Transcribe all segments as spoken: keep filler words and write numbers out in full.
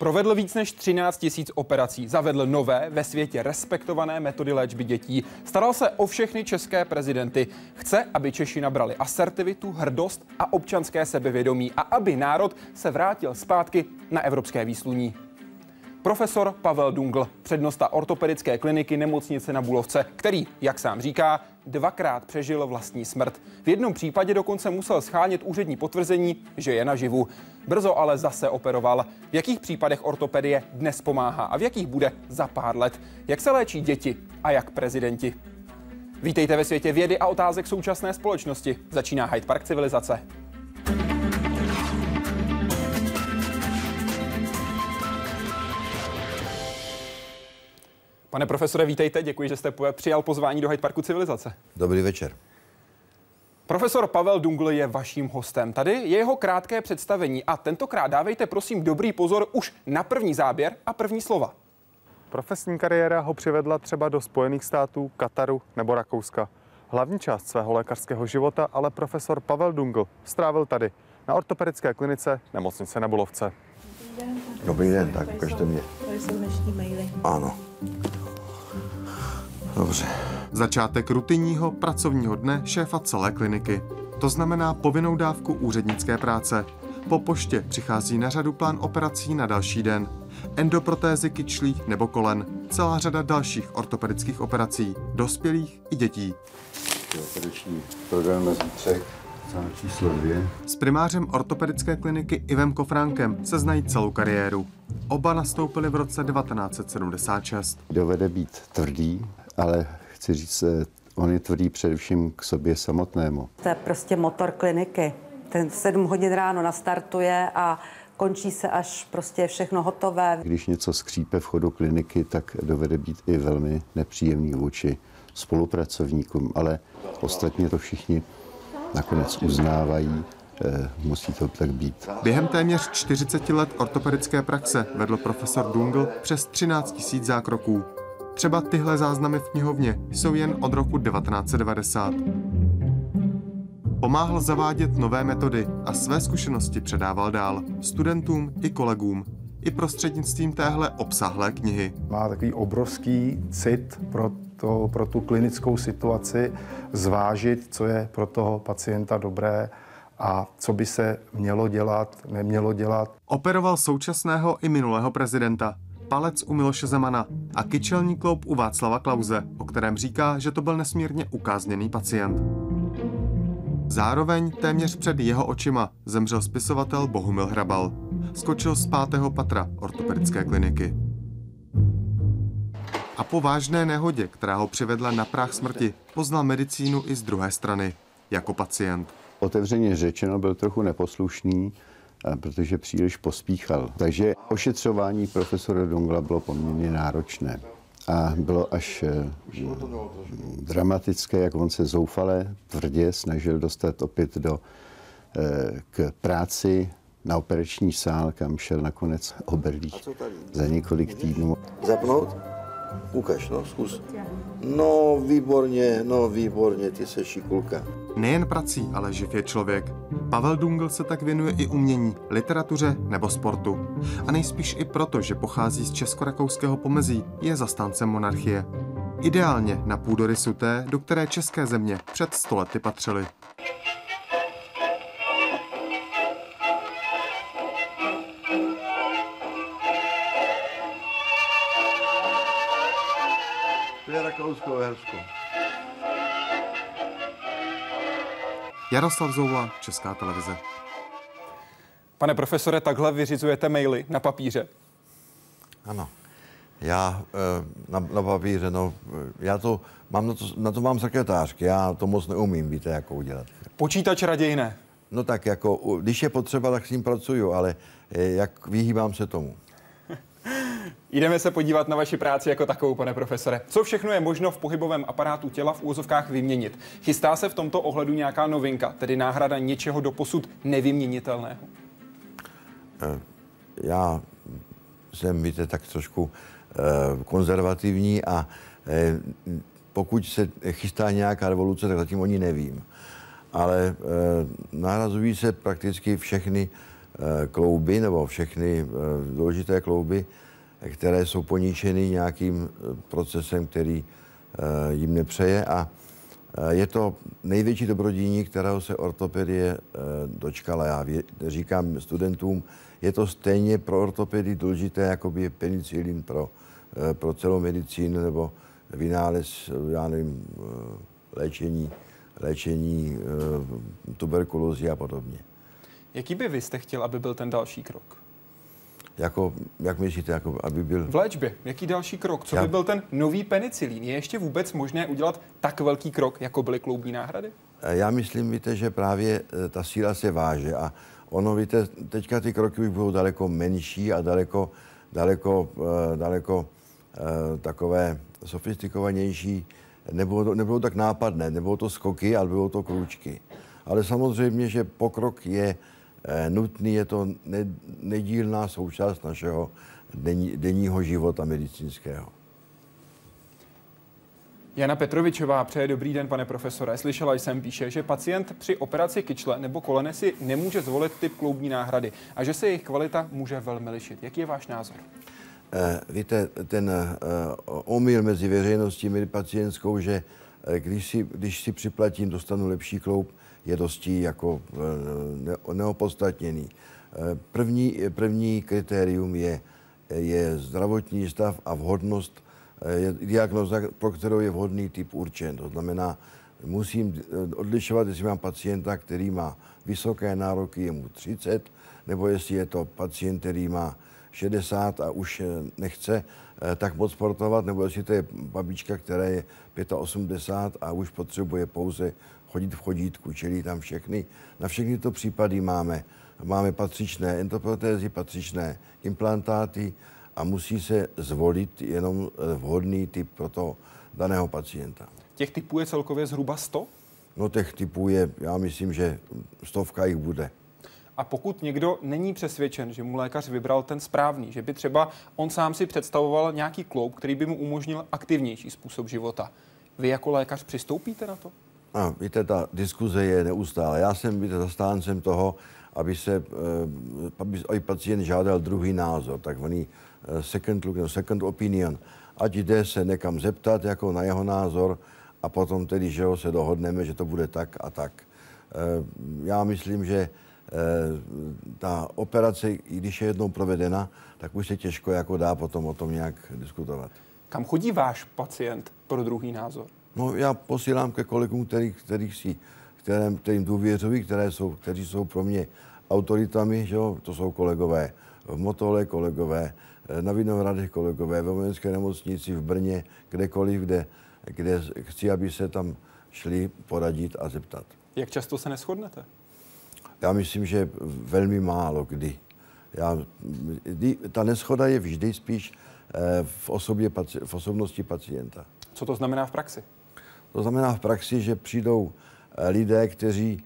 Provedl víc než třináct tisíc operací, zavedl nové, ve světě respektované metody léčby dětí, staral se o všechny české prezidenty. Chce, aby Češi nabrali asertivitu, hrdost a občanské sebevědomí a aby národ se vrátil zpátky na evropské výsluní. Profesor Pavel Dungl, přednosta ortopedické kliniky Nemocnice Na Bulovce, který, jak sám říká, dvakrát přežil vlastní smrt. V jednom případě dokonce musel shánět úřední potvrzení, že je naživu. Brzo ale zase operoval. V jakých případech ortopedie dnes pomáhá a v jakých bude za pár let? Jak se léčí děti a jak prezidenti? Vítejte ve světě vědy a otázek současné společnosti. Začíná Hyde Park civilizace. Pane profesore, vítejte, děkuji, že jste přijal pozvání do Hyde Parku civilizace. Dobrý večer. Profesor Pavel Dungl je vaším hostem. Tady je jeho krátké představení a tentokrát dávejte prosím dobrý pozor už na první záběr a první slova. Profesní kariéra ho přivedla třeba do Spojených států, Kataru nebo Rakouska. Hlavní část svého lékařského života ale profesor Pavel Dungl strávil tady, na ortopedické klinice Nemocnice Na Bulovce. Dobrý den, tak ukažte mě. To jsou dnešní maily. Ano. Dobře. Začátek rutinního pracovního dne šéfa celé kliniky. To znamená povinnou dávku úřednické práce. Po poště přichází na řadu plán operací na další den. Endoprotézy kyčlí nebo kolen. Celá řada dalších ortopedických operací, dospělých i dětí. Operační program na zítřek, číslo dvě. S primářem ortopedické kliniky Ivem Kofránkem se znají celou kariéru. Oba nastoupili v roce devatenáct set sedmdesát šest. Dovede být tvrdý, ale chci říct, on je tvrdý především k sobě samotnému. To je prostě motor kliniky. Ten sedm hodin ráno nastartuje a končí se, až prostě je všechno hotové. Když něco skřípe v chodu kliniky, tak dovede být i velmi nepříjemný vůči spolupracovníkům, ale ostatně to všichni nakonec uznávají, musí to tak být. Během téměř čtyřicet let ortopedické praxe vedl profesor Dungl přes třináct tisíc zákroků. Třeba tyhle záznamy v knihovně jsou jen od roku devatenáct set devadesát. Pomáhal zavádět nové metody a své zkušenosti předával dál studentům i kolegům. I prostřednictvím téhle obsáhlé knihy. Má takový obrovský cit pro, to, pro tu klinickou situaci, zvážit, co je pro toho pacienta dobré a co by se mělo dělat, nemělo dělat. Operoval současného i minulého prezidenta, palec u Miloše Zemana a kyčelní kloup u Václava Klause, o kterém říká, že to byl nesmírně ukázněný pacient. Zároveň téměř před jeho očima zemřel spisovatel Bohumil Hrabal. Skočil z pátého patra ortopedické kliniky. A po vážné nehodě, která ho přivedla na práh smrti, poznal medicínu i z druhé strany, jako pacient. Otevřeně řečeno byl trochu neposlušný, protože příliš pospíchal. Takže ošetřování profesora Dungla bylo poměrně náročné. A bylo až dramatické, jak on se zoufale, tvrdě snažil dostat opět do, k práci na operační sál, kam šel nakonec oberlých za několik týdnů. Zapnout? Ukaž, no, zkus. No, výborně, no, výborně, ty se šikulka. Nejen prací, ale živ je člověk. Pavel Dungl se tak věnuje i umění, literatuře nebo sportu. A nejspíš i proto, že pochází z česko-rakouského pomezí, je zastáncem monarchie. Ideálně na půdorysu té, do které české země před sto lety patřily. To je Rakousko-Uhersko. Jaroslav Zoula, Česká televize. Pane profesore, takhle vyřizujete maily na papíře? Ano. Já na, na papíře, no, já to mám, na to, na to mám sekretářky, já to moc neumím, víte, jako udělat. Počítač raději ne? No tak jako, když je potřeba, tak s ním pracuju, ale jak vyhýbám se tomu. Jdeme se podívat na vaši práci jako takovou, pane profesore. Co všechno je možno v pohybovém aparátu těla v úvozovkách vyměnit? Chystá se v tomto ohledu nějaká novinka, tedy náhrada něčeho doposud nevyměnitelného? Já jsem, víte, tak trošku konzervativní a pokud se chystá nějaká revoluce, tak zatím o ní nevím. Ale nahrazují se prakticky všechny klouby nebo všechny důležité klouby, které jsou poničeny nějakým procesem, který jim nepřeje. A je to největší dobrodění, kterého se ortopedie dočkala. Já říkám studentům, je to stejně pro ortopedii důležité, jako by je penicilin pro, pro celou medicínu nebo vynález, já nevím, léčení, léčení tuberkulózy a podobně. Jaký by vy jste chtěl, aby byl ten další krok? Jako, jak myslíte, jako, aby byl... V léčbě. Jaký další krok? Co Já... by byl ten nový penicilín? Je ještě vůbec možné udělat tak velký krok, jako byly kloubní náhrady? Já myslím, víte, že právě ta síla se váže a ono, víte, teďka ty kroky už budou daleko menší a daleko, daleko, daleko takové sofistikovanější. Nebudou, nebudou tak nápadné, nebudou to skoky, ale budou to krůčky. Ale samozřejmě, že pokrok je nutný, je to nedílná součást našeho denní, denního života medicínského. Jana Petrovičová přeje dobrý den, pane profesore. Slyšela jsem, píše, že pacient při operaci kyčle nebo kolene si nemůže zvolit typ kloubní náhrady a že se jejich kvalita může velmi lišit. Jaký je váš názor? Eh, víte, ten eh, omyl mezi veřejností a pacientskou, že eh, když, si, když si připlatím, dostanu lepší kloub, je dosti jako eh, neopodstatněný. Eh, první, první kritérium je, je zdravotní stav a vhodnost, je diagnoza, pro kterou je vhodný typ určen. To znamená, musím odlišovat, jestli mám pacienta, který má vysoké nároky, je mu třicet, nebo jestli je to pacient, který má šedesát a už nechce tak moc sportovat, nebo jestli to je babička, která je osmdesát pět a už potřebuje pouze chodit v chodítku, čili tam všechny. Na všechny to případy máme. Máme patřičné endoprotézy, patřičné implantáty, a musí se zvolit jenom vhodný typ pro toho daného pacienta. Těch typů je celkově zhruba sto? No těch typů je, já myslím, že stovka jich bude. A pokud někdo není přesvědčen, že mu lékař vybral ten správný, že by třeba on sám si představoval nějaký kloub, který by mu umožnil aktivnější způsob života, vy jako lékař přistoupíte na to? A víte, ta diskuze je neustále. Já jsem víte, zastáncem toho, aby se aby, aby pacient žádal druhý názor, takzvaný second look, second opinion. Ať jde se někam zeptat jako na jeho názor a potom tedy, že ho se dohodneme, že to bude tak a tak. Já myslím, že ta operace, i když je jednou provedena, tak už se těžko jako dá potom o tom nějak diskutovat. Kam chodí váš pacient pro druhý názor? No, já posílám ke kolegům, kterých, kterých si, kterým, kterým důvěřují, které jsou, kteří jsou pro mě autoritami, že jo? To jsou kolegové v Motole, kolegové na Vinohradech, kolegové ve vojenské nemocnici v Brně, kdekoliv, kde, kde chci, aby se tam šli poradit a zeptat. Jak často se neshodnete? Já myslím, že velmi málo kdy. Já, ta neshoda je vždy spíš v, osobě, v osobnosti pacienta. Co to znamená v praxi? To znamená v praxi, že přijdou lidé, kteří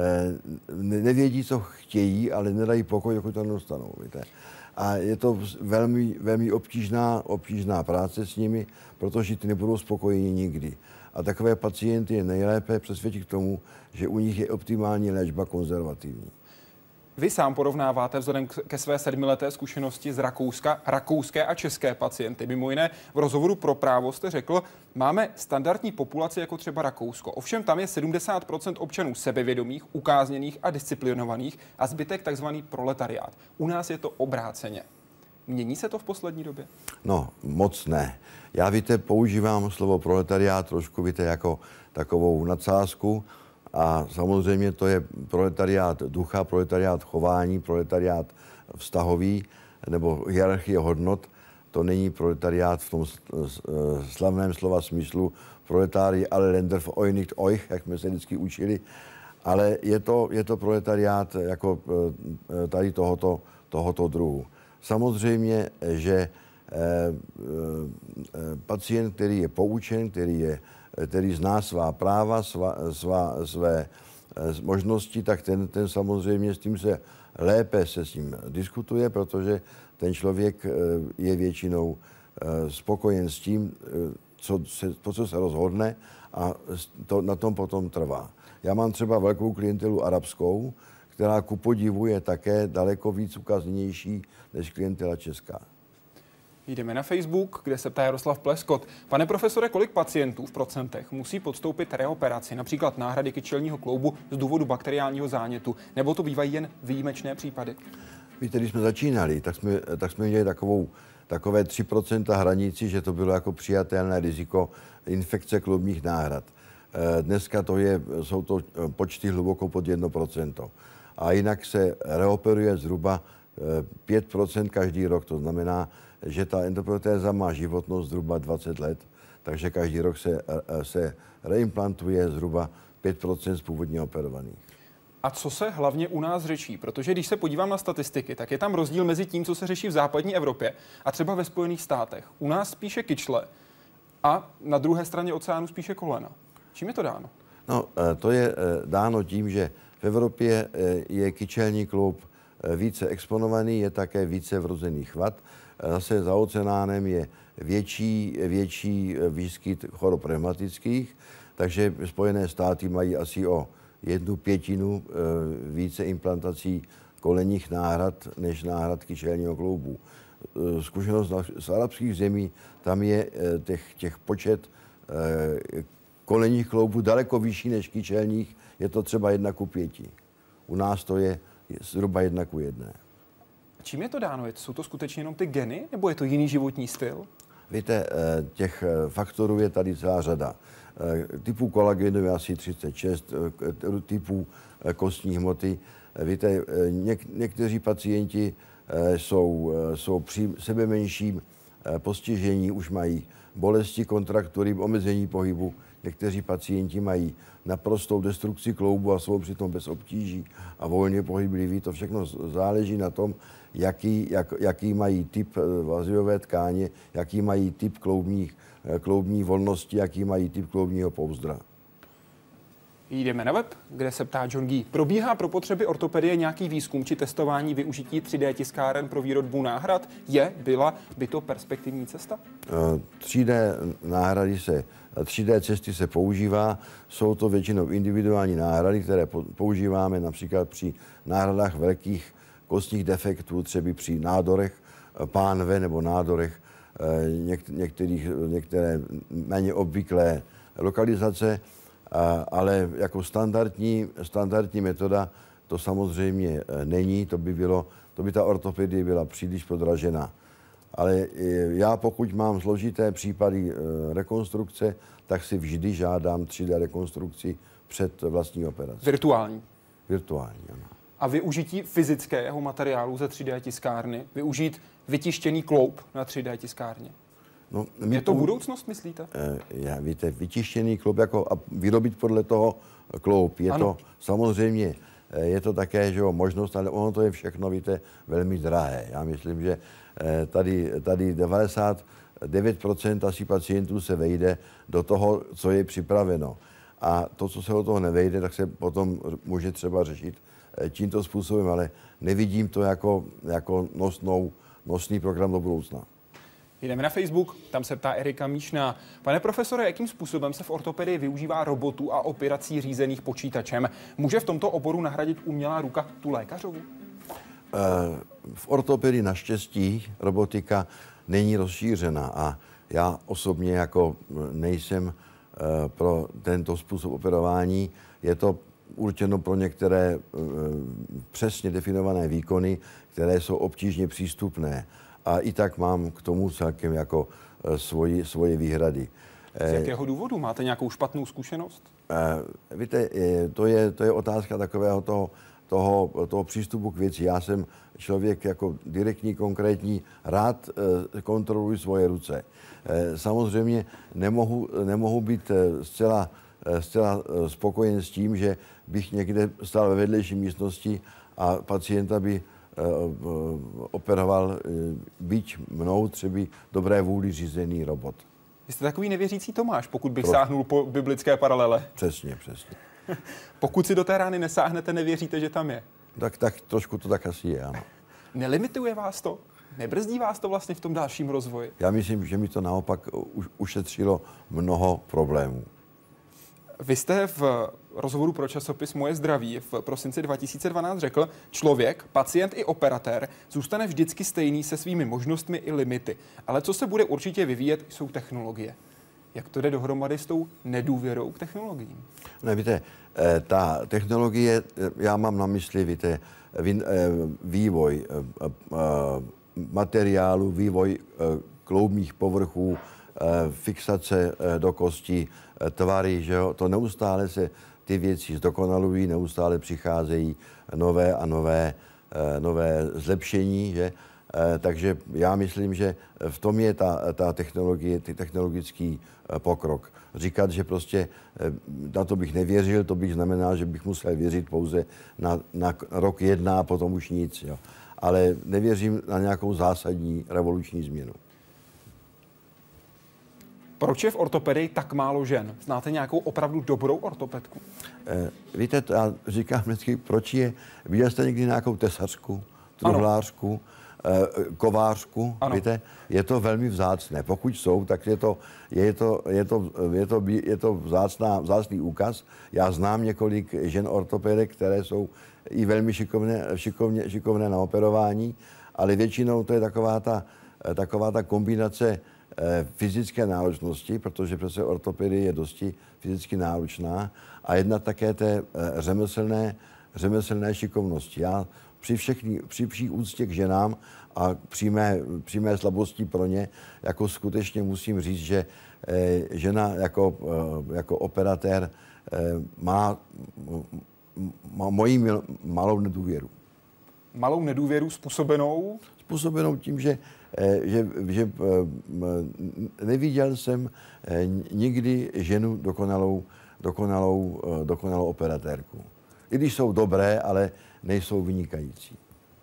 nevědí, co chtějí, ale nedají pokoj, dokud to nedostanou. Víte? A je to velmi, velmi obtížná, obtížná práce s nimi, protože ty nebudou spokojeni nikdy. A takové pacienty je nejlépe přesvědčit k tomu, že u nich je optimální léčba konzervativní. Vy sám porovnáváte vzhledem ke své sedmileté zkušenosti z Rakouska rakouské a české pacienty. Mimo jiné v rozhovoru pro Právo jste řekl, máme standardní populaci jako třeba Rakousko. Ovšem tam je sedmdesát procent občanů sebevědomých, ukázněných a disciplinovaných a zbytek takzvaný proletariát. U nás je to obráceně. Mění se to v poslední době? No, moc ne. Já, víte, používám slovo proletariát trošku, víte, jako takovou nadsázku. A samozřejmě to je proletariát ducha, proletariát chování, proletariát vztahový nebo hierarchie hodnot. To není proletariát v tom slavném slova smyslu proletári alle Länder vereinigt euch, jak jsme se vždycky učili, ale je to, je to proletariát jako tady tohoto, tohoto druhu. Samozřejmě, že pacient, který je poučen, který je který zná svá práva, svá, svá, své možnosti, tak ten, ten samozřejmě s tím se lépe se s ním diskutuje, protože ten člověk je většinou spokojen s tím, co se, to, co se rozhodne a to, na tom potom trvá. Já mám třeba velkou klientelu arabskou, která ku podivu je také daleko víc ukaznější než klientela česká. Jdeme na Facebook, kde se ptá Jaroslav Pleskot. Pane profesore, kolik pacientů v procentech musí podstoupit reoperaci, například náhrady kyčelního kloubu z důvodu bakteriálního zánětu, nebo to bývají jen výjimečné případy? Víte, když jsme začínali, tak jsme, tak jsme měli takovou, takové tři procenta hranici, že to bylo jako přijatelné riziko infekce kloubních náhrad. Dneska to je, jsou to počty hluboko pod jedno procento. A jinak se reoperuje zhruba pět procent každý rok, to znamená, že ta endoprotéza má životnost zhruba dvacet let, takže každý rok se, se reimplantuje zhruba pět procent z původně operovaných. A co se hlavně u nás řeší? Protože když se podívám na statistiky, tak je tam rozdíl mezi tím, co se řeší v západní Evropě a třeba ve Spojených státech. U nás spíše kyčle a na druhé straně oceánu spíše kolena. Čím je to dáno? No, to je dáno tím, že v Evropě je kyčelní kloub více exponovaný, je také více vrozených vad. Zase za oceánem je větší, větší výskyt chorob revmatických, takže Spojené státy mají asi o jednu pětinu více implantací kolenních náhrad než náhrad kyčelního kloubu. Zkušenost z arabských zemí, tam je těch, těch počet kolenních kloubů daleko vyšší než kyčelních, je to třeba jedna ku pěti. U nás to je zhruba jedna ku jedné. Čím je to dáno? Jsou to skutečně jenom ty geny, nebo je to jiný životní styl? Víte, těch faktorů je tady celá řada. Typů kolagenu je asi třicet šest, typů kostní hmoty. Víte, něk, někteří pacienti jsou, jsou při sebe menším postižení, už mají bolesti, kontraktury, omezení pohybu. Někteří pacienti mají naprostou destrukci kloubu a jsou přitom bez obtíží a volně pohybliví. To všechno záleží na tom, jaký, jak, jaký mají typ vazivové tkáně, jaký mají typ kloubních, kloubní volnosti, jaký mají typ kloubního pouzdra. Jdeme na web, kde se ptá John Gee. Probíhá pro potřeby ortopedie nějaký výzkum či testování využití tři dé tiskáren pro výrobu náhrad? Je, byla by to perspektivní cesta? tři dé náhrady se, tři dé cesty se používá. Jsou to většinou individuální náhrady, které používáme například při náhradách velkých kostních defektů, třeba při nádorech pánve nebo nádorech některých, některé méně obvyklé lokalizace. Ale jako standardní, standardní metoda to samozřejmě není, to by, bylo, to by ta ortopedie byla příliš podražená. Ale já, pokud mám složité případy rekonstrukce, tak si vždy žádám tři dé rekonstrukci před vlastní operací. Virtuální? Virtuální, ano. A využití fyzického materiálu ze tři dé tiskárny, využít vytištěný kloub na tři dé tiskárně? No, je to budoucnost, myslíte? Já, víte, vytištěný kloub jako a vyrobit podle toho kloub. Je ano. To samozřejmě, je to také, že jo, možnost, ale ono to je všechno, víte, velmi drahé. Já myslím, že tady, tady devadesát devět procent asi pacientů se vejde do toho, co je připraveno. A to, co se do toho nevejde, tak se potom může třeba řešit tímto způsobem, ale nevidím to jako, jako nosnou, nosný program do budoucna. Jdeme na Facebook, tam se ptá Erika Míšná. Pane profesore, jakým způsobem se v ortopedii využívá robotů a operací řízených počítačem? Může v tomto oboru nahradit umělá ruka tu lékařovu? V ortopedii naštěstí robotika není rozšířena a já osobně jako nejsem pro tento způsob operování. Je to určeno pro některé přesně definované výkony, které jsou obtížně přístupné. A i tak mám k tomu celkem jako svoji, svoje výhrady. Z jakého důvodu? Máte nějakou špatnou zkušenost? Víte, to je, to je otázka takového toho, toho, toho přístupu k věci. Já jsem člověk jako direktní, konkrétní, rád kontroluji svoje ruce. Samozřejmě nemohu, nemohu být zcela, zcela spokojen s tím, že bych někde stál ve vedlejší místnosti a pacienta by operoval byť mnou třeba dobré vůli řízený robot. Vy jste takový nevěřící Tomáš, pokud bych Pro... sáhnul po biblické paralele. Přesně, přesně. Pokud si do té rány nesáhnete, nevěříte, že tam je. Tak, tak trošku to tak asi je, ano. Nelimituje vás to? Nebrzdí vás to vlastně v tom dalším rozvoji? Já myslím, že mi to naopak ušetřilo mnoho problémů. Vy jste v rozhovoru pro časopis Moje zdraví v prosinci dva tisíce dvanáct řekl, člověk, pacient i operatér zůstane vždycky stejný se svými možnostmi i limity. Ale co se bude určitě vyvíjet, jsou technologie. Jak to jde dohromady s tou nedůvěrou k technologiím? Ne, víte, ta technologie, já mám na mysli, víte, vývoj materiálu, vývoj kloubních povrchů, fixace do kosti, tvary, že jo, to neustále se ty věci zdokonalují, neustále přicházejí nové a nové, nové zlepšení, že? Takže já myslím, že v tom je ta, ta technologie, ty technologický pokrok. Říkat, že prostě na to bych nevěřil, to bych znamená, že bych musel věřit pouze na, na rok jedna a potom už nic. Jo. Ale nevěřím na nějakou zásadní revoluční změnu. Proč je v ortopedii tak málo žen? Znáte nějakou opravdu dobrou ortopedku? Eh, víte, to já říkám vždycky, proč je, viděl jste někdy nějakou tesařku, truhlářku, eh, kovářku, ano. Víte, je to velmi vzácné. Pokud jsou, tak je to, je to, je to, je to, je to vzácná, vzácný úkaz. Já znám několik žen ortopedek, které jsou i velmi šikovné, šikovně, šikovné na operování, ale většinou to je taková ta, taková ta kombinace fyzické náročnosti, protože přece ortopedie je dosti fyzicky náročná, a jedna také té řemeslné, řemeslné šikovnosti. Já při, všechny, při všech úctě k ženám a přímé, přímé slabosti pro ně, jako skutečně musím říct, že žena jako, jako operatér má, má moji malou nedůvěru. Malou nedůvěru způsobenou? Způsobenou tím, že Že, že neviděl jsem nikdy ženu dokonalou, dokonalou, dokonalou operatérku. I když jsou dobré, ale nejsou vynikající.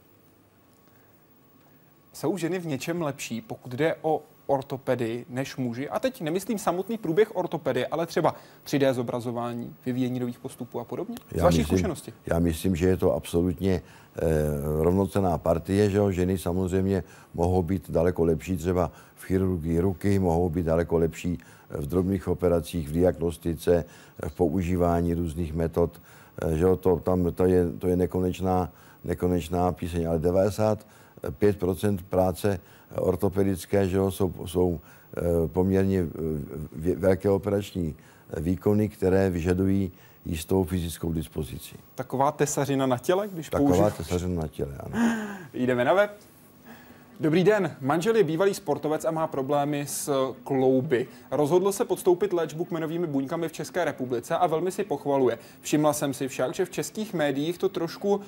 Jsou ženy v něčem lepší, pokud jde o ortopedii, než muži? A teď nemyslím samotný průběh ortopedie, ale třeba tři dé zobrazování, vyvíjení nových postupů a podobně? Z vaší zkušenosti? Já myslím, že je to absolutně eh, rovnocenná partie, že jo? Ženy samozřejmě mohou být daleko lepší třeba v chirurgii ruky, mohou být daleko lepší v drobných operacích, v diagnostice, v používání různých metod, eh, že jo? To, tam, to, je, to je nekonečná, nekonečná píseň, ale devadesát pět procent práce ortopedické, že jo, jsou, jsou poměrně velké operační výkony, které vyžadují jistou fyzickou dispozici. Taková tesařina na těle, když Taková použiju? tesařina na těle, ano. Jdeme na web. Dobrý den, manžel je bývalý sportovec a má problémy s klouby. Rozhodl se podstoupit léčbu kmenovými buňkami v České republice a velmi si pochvaluje. Všimla jsem si však, že v českých médiích to trošku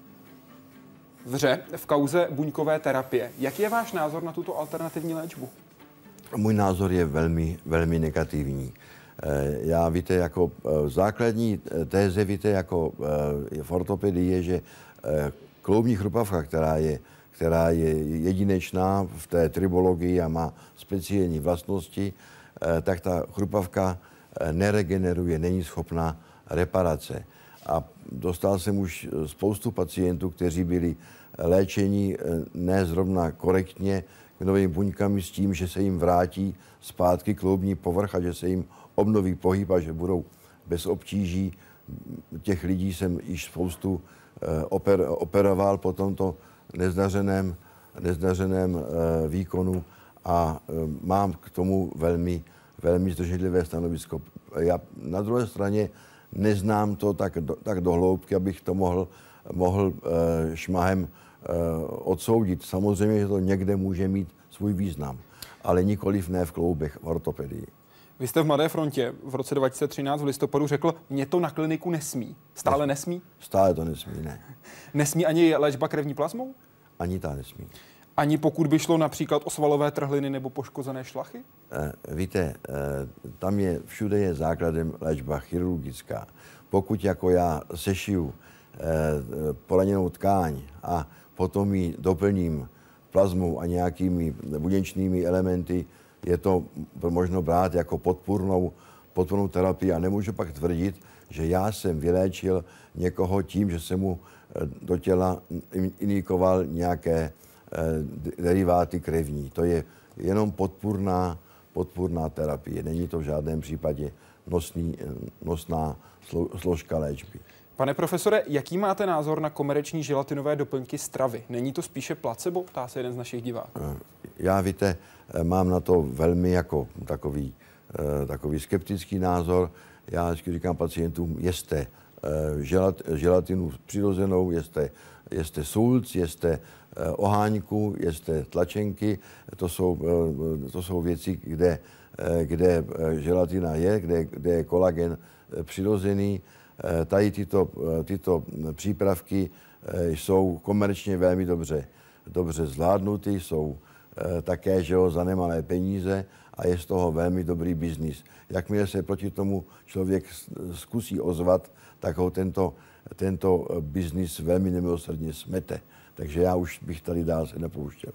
vře v kauze buňkové terapie. Jaký je váš názor na tuto alternativní léčbu? Můj názor je velmi, velmi negativní. Já, víte, jako základní téze, víte, jako v ortopedii je, že kloubní chrupavka, která je, která je jedinečná v té tribologii a má speciální vlastnosti, tak ta chrupavka neregeneruje, není schopná reparace. A dostal jsem už spoustu pacientů, kteří byli léčeni ne zrovna korektně kmenovými buňkami s tím, že se jim vrátí zpátky kloubní povrch a že se jim obnoví pohyb a že budou bez obtíží. Těch lidí jsem již spoustu oper, operoval po tomto nezdařeném, nezdařeném výkonu a mám k tomu velmi, velmi zdrženlivé stanovisko. Já na druhé straně neznám to tak do, tak do hloubky, abych to mohl, mohl e, šmahem e, odsoudit. Samozřejmě, že to někde může mít svůj význam, ale nikoliv ne v kloubech v ortopedii. Vy jste v Mladé frontě v roce dva tisíce třináct v listopadu řekl, mě to na kliniku nesmí. Stále nesmí? Stále to nesmí, ne. Nesmí ani léčba krevní plazmou? Ani ta nesmí. Ani pokud by šlo například o svalové trhliny nebo poškozené šlachy? E, víte, e, tam je, všude je základem léčba chirurgická. Pokud jako já sešiju e, poraněnou tkáň a potom ji doplním plazmou a nějakými buněčnými elementy, je to možno brát jako podpůrnou, podpůrnou terapii a nemůžu pak tvrdit, že já jsem vyléčil někoho tím, že jsem mu do těla injikoval nějaké deriváty krevní. To je jenom podpůrná, podpůrná terapie. Není to v žádném případě nosný, nosná složka léčby. Pane profesore, jaký máte názor na komerční želatinové doplňky stravy? Není to spíše placebo? Ptá se jeden z našich diváků. Já, víte, mám na to velmi jako takový, takový skeptický názor. Já vždycky říkám pacientům, jeste želat, želatinu přirozenou, jeste, jeste sulc, jeste oháňku, jeste tlačenky. To jsou, to jsou věci, kde, kde želatina je, kde, kde je kolagen přirozený. Tady tyto, tyto přípravky jsou komerčně velmi dobře, dobře zvládnuty, jsou také, že jo, za nemalé peníze a je z toho velmi dobrý biznis. Jakmile se proti tomu člověk zkusí ozvat, tak ho tento, tento biznis velmi nemilosrdně smete. Takže já už bych tady dál se nepouštěl.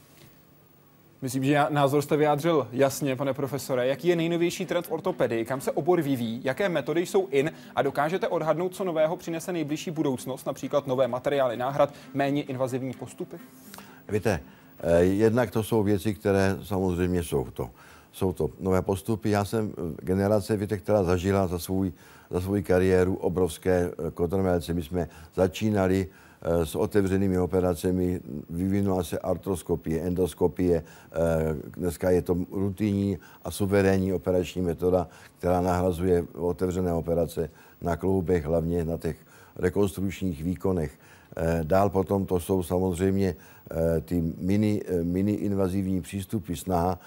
Myslím, že názor jste vyjádřil jasně, pane profesore. Jaký je nejnovější trend v ortopedii? Kam se obor vyvíjí? Jaké metody jsou in? A dokážete odhadnout, co nového přinese nejbližší budoucnost? Například nové materiály náhrad, méně invazivní postupy? Víte, jednak to jsou věci, které samozřejmě jsou to. Jsou to nové postupy. Já jsem generace, víte, která zažila za svůj, za svou kariéru obrovské kotrmelce. My jsme začínali s otevřenými operacemi, vyvinula se artroskopie, endoskopie. Dneska je to rutinní a suverénní operační metoda, která nahrazuje otevřené operace na kloubech, hlavně na těch rekonstrukčních výkonech. Dál potom to jsou samozřejmě ty mini, mini invazivní přístupy, snaha,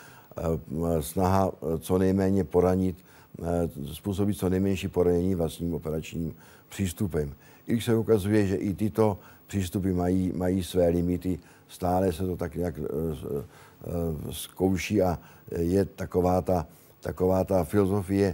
snaha co nejméně poranit, způsobit co nejmenší poranění vlastním operačním přístupem. I když se ukazuje, že i tyto přístupy mají, mají své limity, stále se to tak nějak uh, uh, zkouší a je taková ta, taková ta filozofie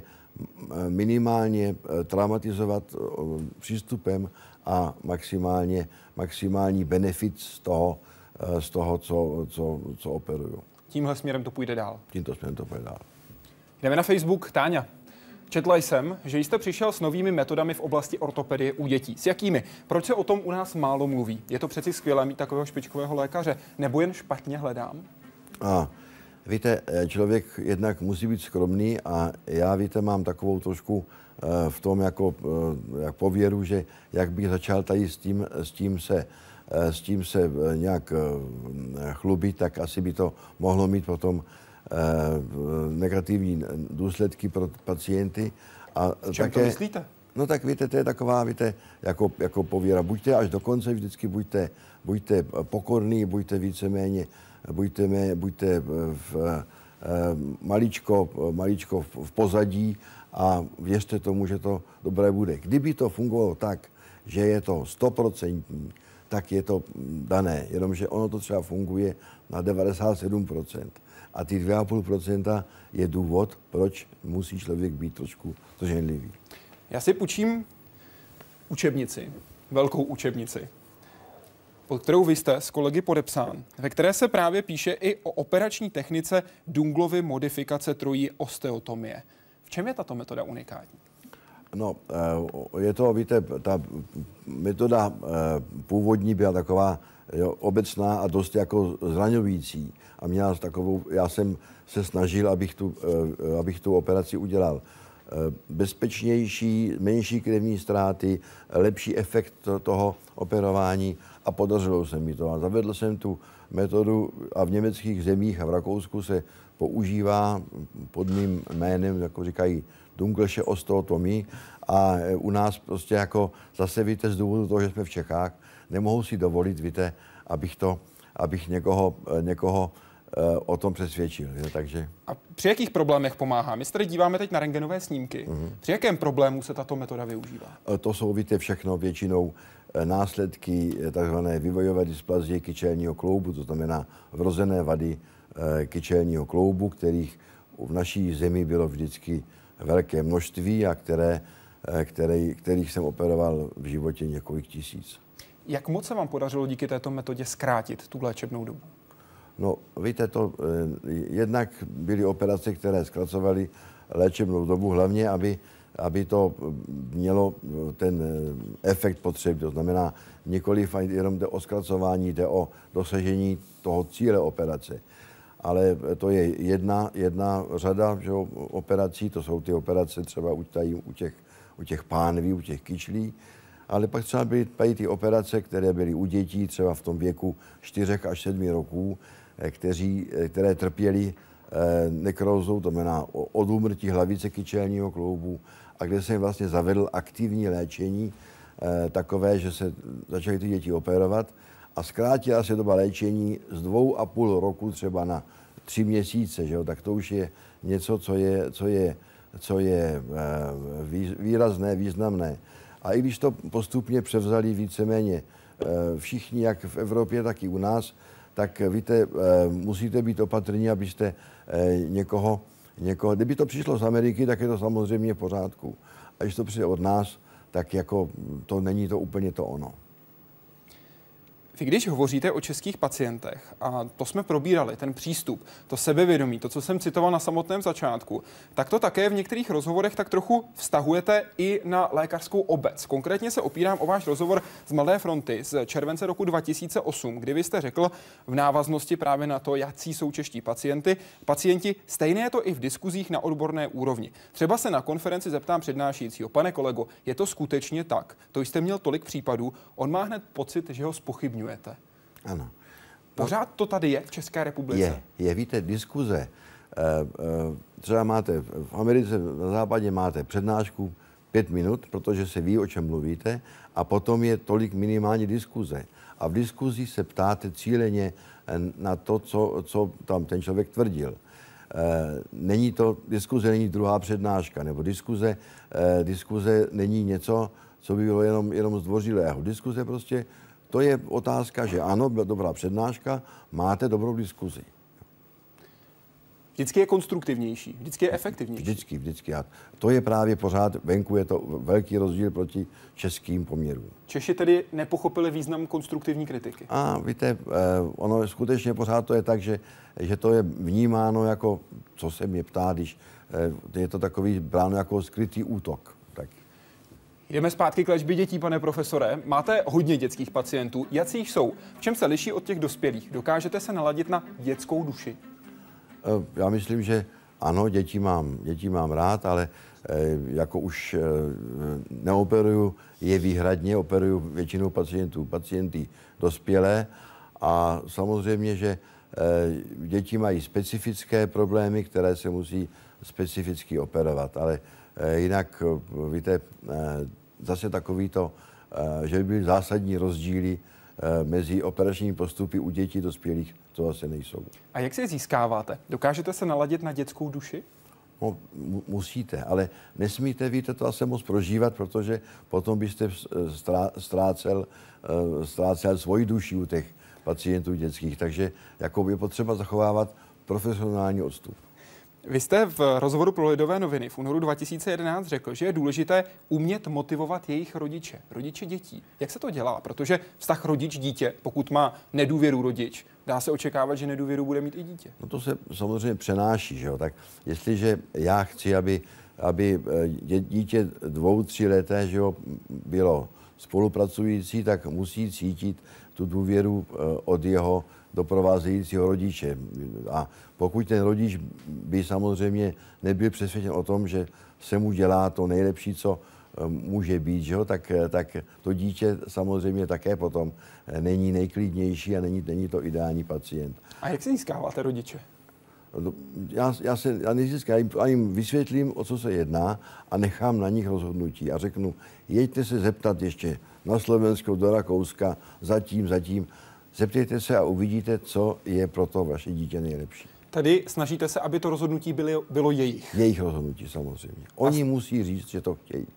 minimálně traumatizovat uh, přístupem a maximálně, maximální benefit z toho, uh, z toho co, co, co operuju. Tímhle směrem to půjde dál. Tímto směrem to půjde dál. Jdeme na Facebook. Táňa. Četla jsem, že jste přišel s novými metodami v oblasti ortopedie u dětí. S jakými? Proč se o tom u nás málo mluví? Je to přeci skvělé mít takového špičkového lékaře. Nebo jen špatně hledám? A víte, člověk jednak musí být skromný a já, víte, mám takovou trošku v tom jako jak pověru, že jak bych začal tady s tím, s tím se s tím se nějak chlubit, tak asi by to mohlo mít potom negativní důsledky pro pacienty. A v čem také, to myslíte? No tak víte, to je taková, víte, jako, jako pověra. Buďte až do konce, vždycky buďte, buďte pokorní, buďte víceméně, buďte, mé, buďte v, v, maličko, maličko v pozadí a věřte tomu, že to dobré bude. Kdyby to fungovalo tak, že je to stoprocentní, tak je to dané, jenomže ono to třeba funguje na devadesát sedm procent. A ty dvě a půl procenta je důvod, proč musí člověk být trošku zdrženlivý. Já si půjčím učebnici, velkou učebnici, pod kterou vy jste s kolegy podepsán, ve které se právě píše i o operační technice Dunglovy modifikace trojí osteotomie. V čem je tato metoda unikátní? No, je to, víte, ta metoda původní byla taková jo, obecná a dost jako zraňující. A měla takovou, já jsem se snažil, abych tu, abych tu operaci udělal bezpečnější, menší krevní ztráty, lepší efekt toho operování a podařilo se mi to. A zavedl jsem tu metodu a v německých zemích a v Rakousku se používá pod mým jménem, jako říkají, Dunklesche osteotomie a u nás prostě jako zase, víte, z důvodu toho, že jsme v Čechách, nemohou si dovolit, víte, abych to, abych někoho, někoho o tom přesvědčil. Je, takže... A při jakých problémech pomáhá? My se tady díváme teď na rentgenové snímky. Uh-huh. Při jakém problému se tato metoda využívá? To jsou, víte, všechno většinou následky takzvané vývojové dysplazie kyčelního kloubu, to znamená vrozené vady kyčelního kloubu, kterých v naší zemi bylo vždycky velké množství a které, které, kterých jsem operoval v životě několik tisíc. Jak moc se vám podařilo díky této metodě zkrátit tu léčebnou dobu? No, víte, to jednak byly operace, které zkracovaly léčebnou dobu, hlavně, aby, aby to mělo ten efekt potřeby. To znamená, nikoliv jenom jde o zkracování, jde o dosažení toho cíle operace. ale to je jedna, jedna řada že, operací, to jsou ty operace třeba u, tady, u, těch, u těch pánví, u těch kyčlí, ale pak třeba byly tady ty operace, které byly u dětí třeba v tom věku čtyřech až sedmi roků, kteří, které trpěli nekrózou, to znamená od úmrtí hlavice kyčelního kloubu, a kde jsem vlastně zavedl aktivní léčení, takové, že se začaly ty děti operovat a zkrátila se doba léčení z dvou a půl roku třeba na tři měsíce, že jo? Tak to už je něco, co je, co je, co je výrazné, významné. A i když to postupně převzali víceméně všichni, jak v Evropě, tak i u nás, tak víte, musíte být opatrní, abyste někoho, někoho, kdyby to přišlo z Ameriky, tak je to samozřejmě v pořádku. A když to přijde od nás, tak jako to není to úplně to ono. Vy když hovoříte o českých pacientech, a to jsme probírali, ten přístup, to sebevědomí, to, co jsem citoval na samotném začátku, tak to také v některých rozhovorech tak trochu vztahujete i na lékařskou obec. Konkrétně se opírám o váš rozhovor z Mladé fronty z července roku dva tisíce osm, kdy vy jste řekl v návaznosti právě na to, jací jsou čeští pacienty, pacienti, stejné je to i v diskuzích na odborné úrovni. Třeba se na konferenci zeptám přednášejícího, pane kolego, je to skutečně tak? To jste měl tolik případů, on má hned pocit, že ho zpochybňuje. Ano. Pořád to tady je v České republice? Je, je, víte, diskuze. Třeba máte v Americe, na západě máte přednášku pět minut, protože se ví, o čem mluvíte, a potom je tolik minimální diskuze. A v diskuzi se ptáte cíleně na to, co, co tam ten člověk tvrdil. Není to, diskuze není druhá přednáška, nebo diskuze, diskuze není něco, co by bylo jenom, jenom zdvořilého. Diskuze prostě, to je otázka, že ano, byla dobrá přednáška, máte dobrou diskuzi. Vždycky je konstruktivnější, vždycky je efektivnější. Vždycky, vždycky. A to je právě pořád, venku je to velký rozdíl proti českým poměrům. Češi tedy nepochopili význam konstruktivní kritiky. A víte, ono skutečně pořád to je tak, že, že to je vnímáno jako, co se mě ptá, když je to takový bráno jako skrytý útok. Tak. Jdeme zpátky k léčbě dětí, pane profesore. Máte hodně dětských pacientů. Jací jsou? V čem se liší od těch dospělých? Dokážete se naladit na dětskou duši? Já myslím, že ano, děti mám, děti mám rád, ale jako už neoperuju je výhradně, operuju většinou pacientů, pacienty dospělé, a samozřejmě, že děti mají specifické problémy, které se musí specificky operovat, ale jinak, víte, zase takový to, že by byly zásadní rozdíly mezi operačními postupy u dětí dospělých, to zase nejsou. A jak si je získáváte? Dokážete se naladit na dětskou duši? No, musíte, ale nesmíte, víte, to asi moc prožívat, protože potom byste ztrácel, ztrácel svoji duši u těch pacientů dětských, takže jako je potřeba zachovávat profesionální odstup. Vy jste v rozhovoru pro Lidové noviny v únoru dva tisíce jedenáct řekl, že je důležité umět motivovat jejich rodiče, rodiče dětí. Jak se to dělá? Protože vztah rodič-dítě, pokud má nedůvěru rodič, dá se očekávat, že nedůvěru bude mít i dítě. No to se samozřejmě přenáší, že jo? Tak jestliže já chci, aby, aby dítě dvou, tři leté, že jo, bylo spolupracující, tak musí cítit tu důvěru od jeho doprovázejícího rodiče. A pokud ten rodič by samozřejmě nebyl přesvědčen o tom, že se mu dělá to nejlepší, co může být, že jo, tak, tak to dítě samozřejmě také potom není nejklidnější a není, není to ideální pacient. A jak se získáváte rodiče? Já, já se já nezískám, já jim vysvětlím, o co se jedná, a nechám na nich rozhodnutí a řeknu, jeďte se zeptat ještě na Slovensko, do Rakouska, zatím, zatím. Zeptejte se a uvidíte, co je pro to vaše dítě nejlepší. Tady snažíte se, aby to rozhodnutí bylo, bylo jejich. Jejich rozhodnutí, samozřejmě. Oni a... musí říct, že to chtějí.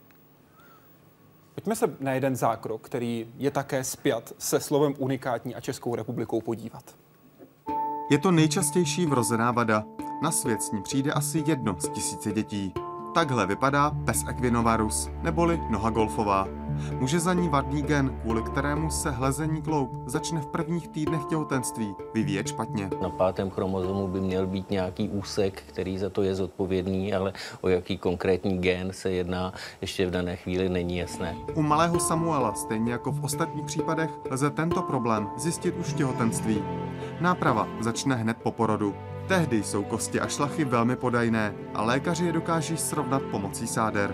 Pojďme se na jeden zákrok, který je také spjat se slovem unikátní a Českou republikou podívat. Je to nejčastější vrozená vada. Na svět s ní přijde asi jedno z tisíce dětí. Takhle vypadá pes equinovarus, neboli noha golfová. Může za ní vadný gen, kvůli kterému se hlezení kloub začne v prvních týdnech těhotenství vyvíjet špatně. Na pátém chromozomu by měl být nějaký úsek, který za to je zodpovědný, ale o jaký konkrétní gen se jedná, ještě v dané chvíli není jasné. U malého Samuela, stejně jako v ostatních případech, lze tento problém zjistit už v těhotenství. Náprava začne hned po porodu. Tehdy jsou kosti a šlachy velmi podajné a lékaři je dokáží srovnat pomocí sáder.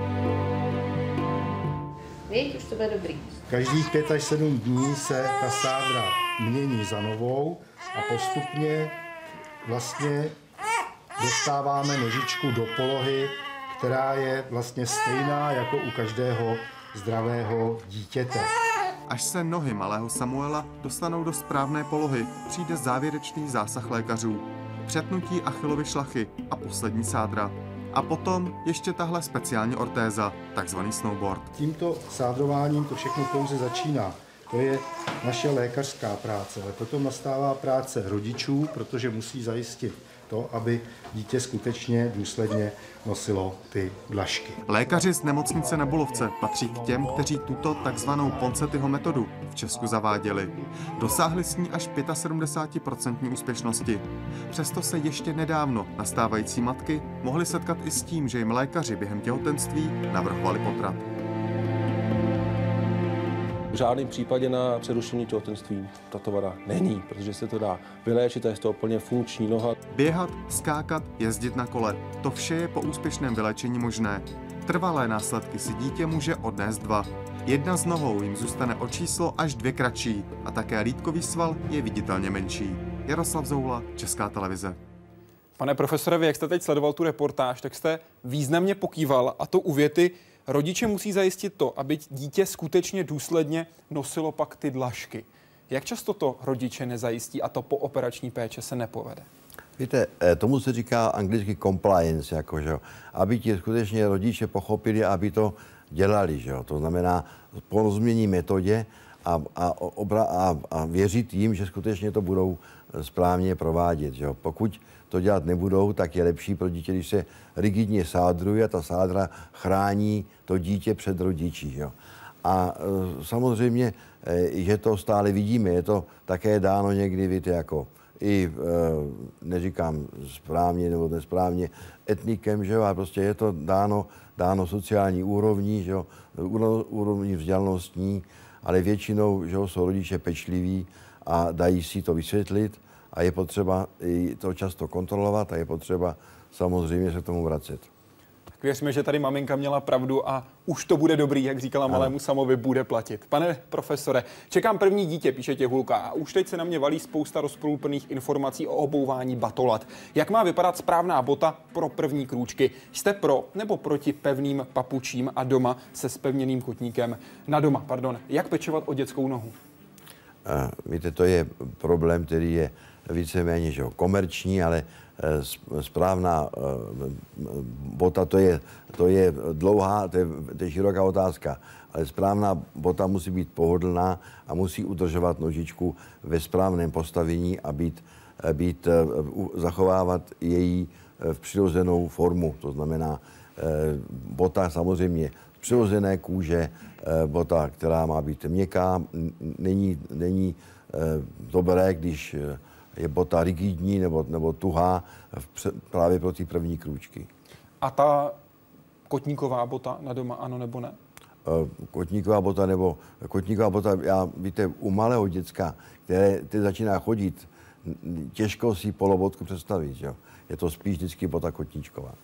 Víš, už to bude dobrý. Každých pět až sedm dní se ta sádra mění za novou a postupně vlastně dostáváme nožičku do polohy, která je vlastně stejná jako u každého zdravého dítěte. Až se nohy malého Samuela dostanou do správné polohy, přijde závěrečný zásah lékařů. Přetnutí Achillovy šlachy a poslední sádra. A potom ještě tahle speciální ortéza, takzvaný snowboard. Tímto sádrováním to všechno pouze začíná. To je naše lékařská práce, ale potom nastává práce rodičů, protože musí zajistit to, aby dítě skutečně důsledně nosilo ty dlažky. Lékaři z nemocnice na Bulovce patří k těm, kteří tuto takzvanou Ponsetiho metodu v Česku zaváděli. Dosáhli s ní až sedmdesát pět procent úspěšnosti. Přesto se ještě nedávno nastávající matky mohly setkat i s tím, že jim lékaři během těhotenství navrhovali potrat. V žádném případě na přerušení těhotenství tato vada není, protože se to dá vyléčit a je to plně funkční noha. Běhat, skákat, jezdit na kole. To vše je po úspěšném vyléčení možné. Trvalé následky si dítě může odnést dva. Jedna z nohou jim zůstane o číslo až dvě kratší a také lýtkový sval je viditelně menší. Jaroslav Zoula, Česká televize. Pane profesore, vy jak jste teď sledoval tu reportáž, tak jste významně pokýval, a to u věty: rodiče musí zajistit to, aby dítě skutečně důsledně nosilo pak ty dlažky. Jak často to rodiče nezajistí a to po operační péče se nepovede? Víte, tomu se říká anglicky compliance, jako, že? Aby ti skutečně rodiče pochopili, aby to dělali. Že? To znamená porozumění metodě a, a, obra, a, a věřit jim, že skutečně to budou správně provádět. Že? Pokud to dělat nebudou, tak je lepší pro dítě, když se rigidně sádruje a ta sádra chrání to dítě před rodiči. Že? A e, samozřejmě, e, že to stále vidíme, je to také dáno někdy, víte, jako i, e, neříkám správně nebo nesprávně, etnikem, že jo, a prostě je to dáno, dáno sociální úrovní, že jo, úrovní vzdělanostní, ale většinou, že jo, jsou rodiče pečliví a dají si to vysvětlit a je potřeba to často kontrolovat a je potřeba samozřejmě se k tomu vracet. Tak věřme, že tady maminka měla pravdu a už to bude dobrý, jak říkala malému Samovi, bude platit. Pane profesore, čekám první dítě, píše Těhulka, a už teď se na mě valí spousta rozprůplných informací o obouvání batolat. Jak má vypadat správná bota pro první krůčky? Jste pro nebo proti pevným papučím a doma se spevněným kotníkem? Na doma, pardon. Jak pečovat o dětskou nohu? A, víte, to je problém, který je víceméně že, komerční, ale správná bota, to je, to je dlouhá, to je, to je široká otázka, ale správná bota musí být pohodlná a musí udržovat nožičku ve správném postavení a být, být, zachovávat její v přirozenou formu. To znamená bota samozřejmě z přirozené kůže, bota, která má být měkká, není, není dobré, když je bota rigidní nebo, nebo tuhá právě pro ty první krůčky. A ta kotníková bota na doma, ano nebo ne? Kotníková bota nebo kotníková bota, já víte, u malého děcka, které teď začíná chodit, těžko si polobotku představit. Jo? Je to spíš vždycky bota kotníčková.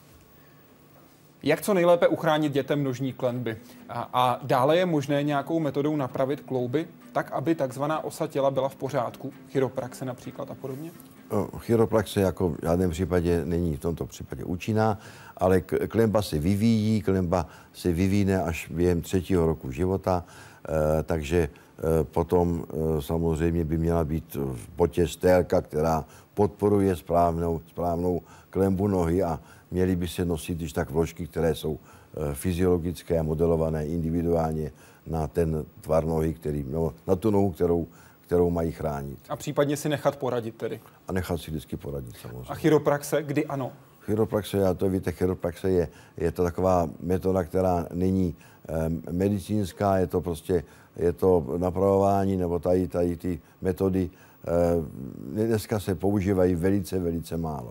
Jak co nejlépe uchránit dětem nožní klenby? A, a dále je možné nějakou metodou napravit klouby, tak, aby takzvaná osa těla byla v pořádku? Chiropraxe například a podobně? No, chiropraxe jako v žádném případě není v tomto případě účinná, ale klenba se vyvíjí, klenba se vyvíne až během třetího roku života, eh, takže eh, potom eh, samozřejmě by měla být v botě stélka, která podporuje správnou, správnou klenbu nohy a měly by se nosit když tak vložky, které jsou e, fyziologické a modelované individuálně na ten tvar nohy, který, no, na tu nohu, kterou, kterou mají chránit. A případně si nechat poradit tedy. A nechat si vždycky poradit samozřejmě. A chiropraxe, kdy ano? Chiropraxe, já to víte, chiropraxe je, je to taková metoda, která není e, medicínská, je to prostě, je to napravování, nebo tady, tady ty metody e, dneska se používají velice, velice málo.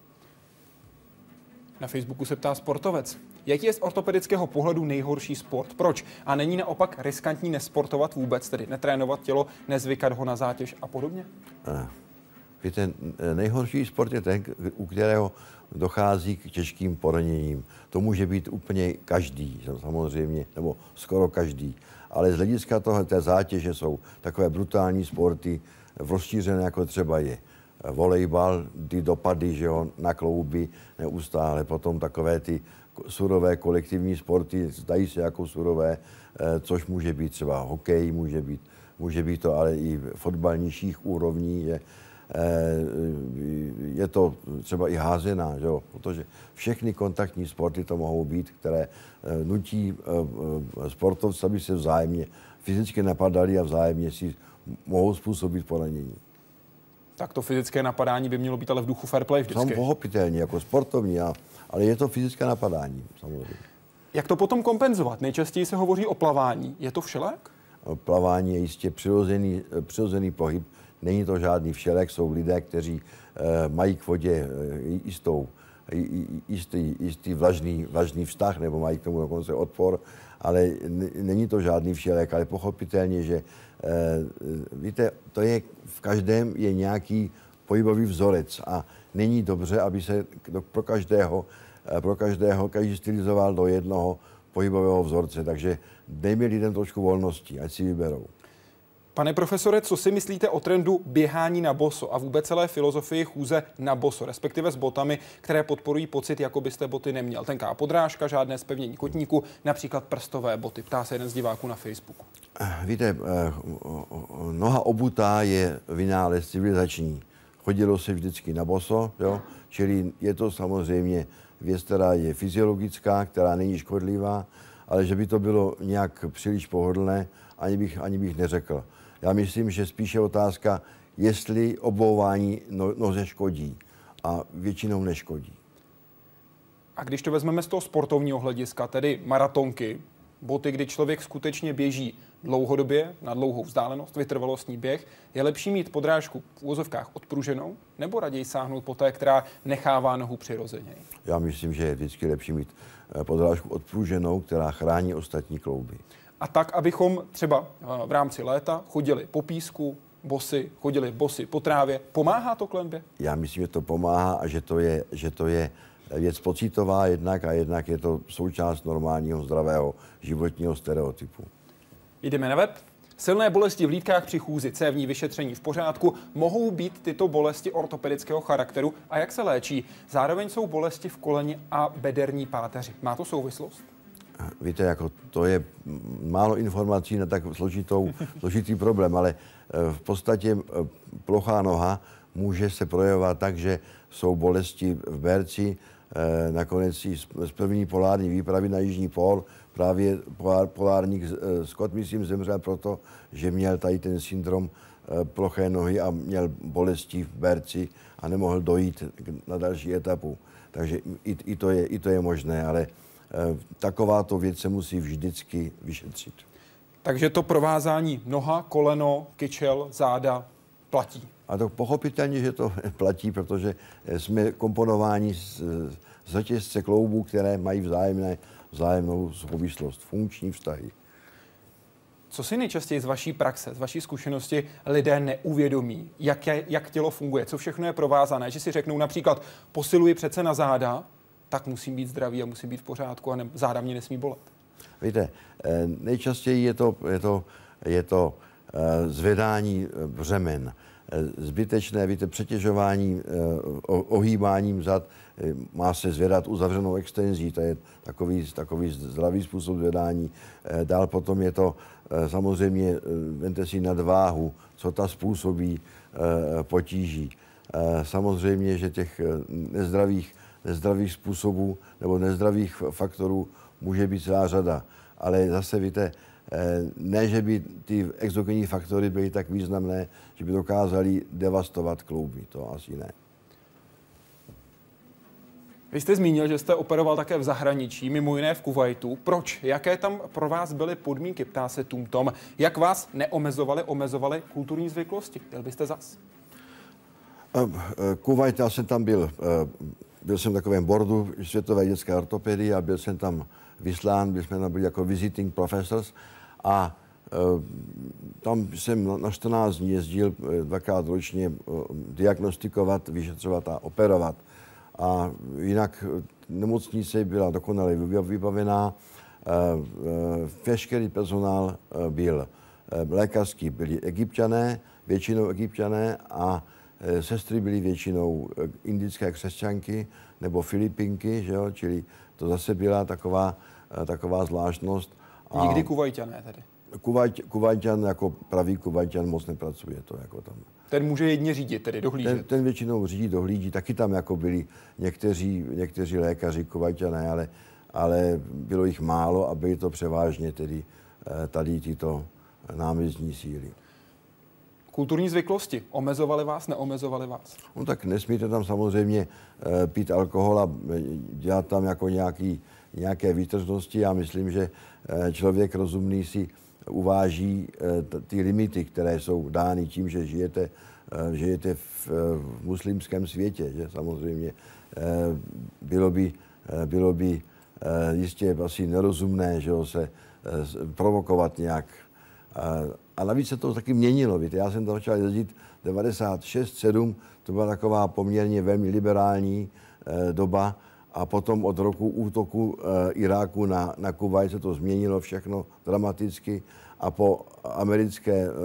Na Facebooku se ptá sportovec. Jaký je z ortopedického pohledu nejhorší sport? Proč? A není naopak riskantní nesportovat vůbec, tedy netrénovat tělo, nezvykat ho na zátěž a podobně? Víte, nejhorší sport je ten, u kterého dochází k těžkým poraněním. To může být úplně každý, samozřejmě, nebo skoro každý. Ale z hlediska toho, té zátěže jsou takové brutální sporty rozšířené, jako třeba je volejbal, ty dopady, že jo, na klouby neustále, potom takové ty surové kolektivní sporty, zdají se jako surové, což může být třeba hokej, může být, může být to ale i fotbal nižších úrovní, je, je to třeba i házená, že jo, protože všechny kontaktní sporty to mohou být, které nutí sportovce, aby se vzájemně fyzicky napadali a vzájemně si mohou způsobit poranění. Tak to fyzické napadání by mělo být ale v duchu fair play vždycky. Sam pochopitelně, jako sportovní, ale je to fyzické napadání, samozřejmě. Jak to potom kompenzovat? Nejčastěji se hovoří o plavání. Je to všelék? Plavání je jistě přirozený, přirozený pohyb. Není to žádný všelék. Jsou lidé, kteří e, mají k vodě e, jistou, jistý, jistý vlažný, vlažný vztah, nebo mají k tomu dokonce odpor, ale n- není to žádný všelék, ale pochopitelně, že e, víte, to je, v každém je nějaký pohybový vzorec a není dobře, aby se pro každého, pro každého každý stylizoval do jednoho pohybového vzorce, takže dejme lidem trošku volnosti, ať si vyberou. Pane profesore, co si myslíte o trendu běhání na boso a vůbec celé filozofii chůze na boso, respektive s botami, které podporují pocit, jako byste boty neměl? Tenká podrážka, žádné zpevnění kotníku, například prstové boty, ptá se jeden z diváků na Facebooku. Víte, noha obutá je vynález civilizační. Chodilo se vždycky na boso, jo? Čili je to samozřejmě věc, která je fyziologická, která není škodlivá, ale že by to bylo nějak příliš pohodlné, ani bych, ani bych neřekl. Já myslím, že spíše otázka, jestli obouvání no, noze škodí a většinou neškodí. A když to vezmeme z toho sportovního hlediska, tedy maratonky, boty, kdy člověk skutečně běží dlouhodobě, na dlouhou vzdálenost, vytrvalostní běh, je lepší mít podrážku v úvozovkách odpruženou, nebo raději sáhnout po té, která nechává nohu přirozeně? Já myslím, že je vždycky lepší mít podrážku odpruženou, která chrání ostatní klouby. A tak, abychom třeba v rámci léta chodili po písku, bosy, chodili bosy po trávě. Pomáhá to klenbě? Já myslím, že to pomáhá a že to je, že to je věc pocitová jednak a jednak je to součást normálního zdravého životního stereotypu. Jdeme na web. Silné bolesti v lítkách při chůzi, cévní vyšetření v pořádku. Mohou být tyto bolesti ortopedického charakteru a jak se léčí? Zároveň jsou bolesti v koleni a bederní páteři. Má to souvislost? Víte, jako to je málo informací na tak složitou, složitý problém, ale v podstatě plochá noha může se projevovat tak, že jsou bolesti v berci, nakonec i z první polární výpravy na jižní pól. Právě polár, polárník Scott, myslím, zemřel proto, že měl tady ten syndrom ploché nohy a měl bolesti v berci a nemohl dojít na další etapu. Takže i, i, to, je, i to je možné, ale takováto věc se musí vždycky vyšetřit. Takže to provázání noha, koleno, kyčel, záda platí. A to pochopitelně, že to platí, protože jsme komponováni z, z řetězce kloubů, které mají vzájemné, vzájemnou souvislost, funkční vztahy. Co si nejčastěji z vaší praxe, z vaší zkušenosti lidé neuvědomí, jak, je, jak tělo funguje, co všechno je provázané, že si řeknou například posiluji přece na záda, tak musím být zdravý a musím být v pořádku a ne, záda mě nesmí bolet. Víte, nejčastěji je to, je to, je to zvedání břemen, zbytečné, víte, přetěžování, ohýbáním zad, má se zvedat uzavřenou extenzí, to je takový, takový zdravý způsob zvedání. Dál potom je to samozřejmě, vemte si nadváhu, co ta způsobí potíží. Samozřejmě, že těch nezdravých, nezdravých způsobů nebo nezdravých faktorů může být celá řada, ale zase víte, ne, že by ty exogenní faktory byly tak významné, že by dokázaly devastovat klouby, to asi ne. Vy jste zmínil, že jste operoval také v zahraničí, mimo jiné v Kuvajtu. Proč? Jaké tam pro vás byly podmínky, ptá se Tumtom. Jak vás neomezovaly, omezovaly kulturní zvyklosti? Chtěl byste zas? Kuvajt, já jsem tam byl, byl jsem v takovém bordu Světové dětské ortopedie a byl jsem tam vyslán, byli jsme tam byli jako visiting professors a tam jsem na čtrnáct dní jezdil dvakrát ročně diagnostikovat, vyšetřovat a operovat. A jinak nemocnice byla dokonale vybavená, veškerý personál byl lékařský, byli Egypťané, většinou Egypťané a sestry byly většinou indické křesťanky nebo Filipinky, že jo? Čili to zase byla taková, taková zvláštnost. A nikdy Kuvajťané tedy? Kuvajt, Kuvajťan jako pravý Kuvajťan moc nepracuje to jako tam. Ten může jedně řídit, tedy dohlížet? Ten, ten většinou řídí, dohlíží. Taky tam jako byli někteří, někteří lékaři Kuvajťané, ale, ale bylo jich málo a byly to převážně tedy tady tyto námořní síly. Kulturní zvyklosti. Omezovaly vás, neomezovaly vás? No tak nesmíte tam samozřejmě e, pít alkohol a dělat tam jako nějaký, nějaké výtržnosti. Já myslím, že e, člověk rozumný si uváží e, t- ty limity, které jsou dány tím, že žijete, e, žijete v, v muslimském světě. Že? Samozřejmě e, bylo by, e, bylo by e, jistě asi nerozumné, že ho se e, provokovat nějak. E, A navíc se to taky měnilo. Víte, já jsem tam začal jezdit devadesát šest sedm, to byla taková poměrně velmi liberální e, doba a potom od roku útoku e, Iráku na, na Kuvajt se to změnilo všechno dramaticky a po americké e,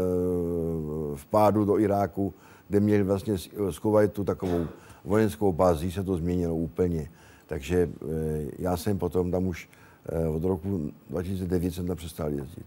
vpádu do Iráku, kde měli vlastně z, z Kuvajtu takovou vojenskou bázi, se to změnilo úplně. Takže e, já jsem potom tam už e, od roku dva tisíce devět jsem tam přestal jezdit.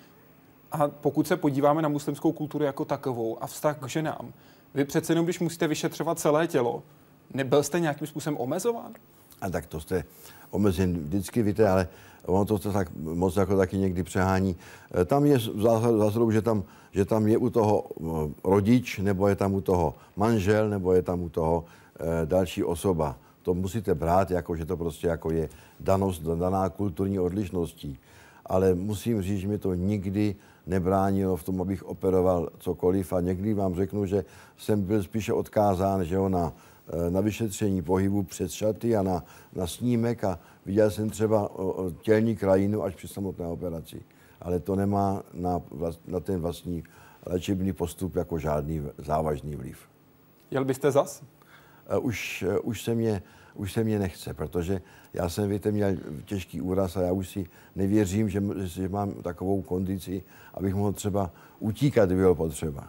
A pokud se podíváme na muslimskou kulturu jako takovou a vztah k ženám, vy přece jenom, když musíte vyšetřovat celé tělo, nebyl jste nějakým způsobem omezován? A tak to jste omezen vždycky, víte, ale ono to tak moc jako taky někdy přehání. Tam je zásadu, že tam, že tam je u toho rodič, nebo je tam u toho manžel, nebo je tam u toho e, další osoba. To musíte brát, jako, že to prostě jako je danost, daná kulturní odlišností. Ale musím říct, že mi to nikdy nebránilo v tom, abych operoval cokoliv a někdy vám řeknu, že jsem byl spíše odkázán, že jo, na, na vyšetření pohybu před šaty a na, na snímek a viděl jsem třeba tělní krajinu až při samotné operaci. Ale to nemá na, na ten vlastní léčebný postup jako žádný závažný vliv. Jel byste zas? Už, už se mě Už se mě nechce, protože já jsem, víte, měl těžký úraz a já už si nevěřím, že, že mám takovou kondici, abych mohl třeba utíkat, kdyby bylo potřeba.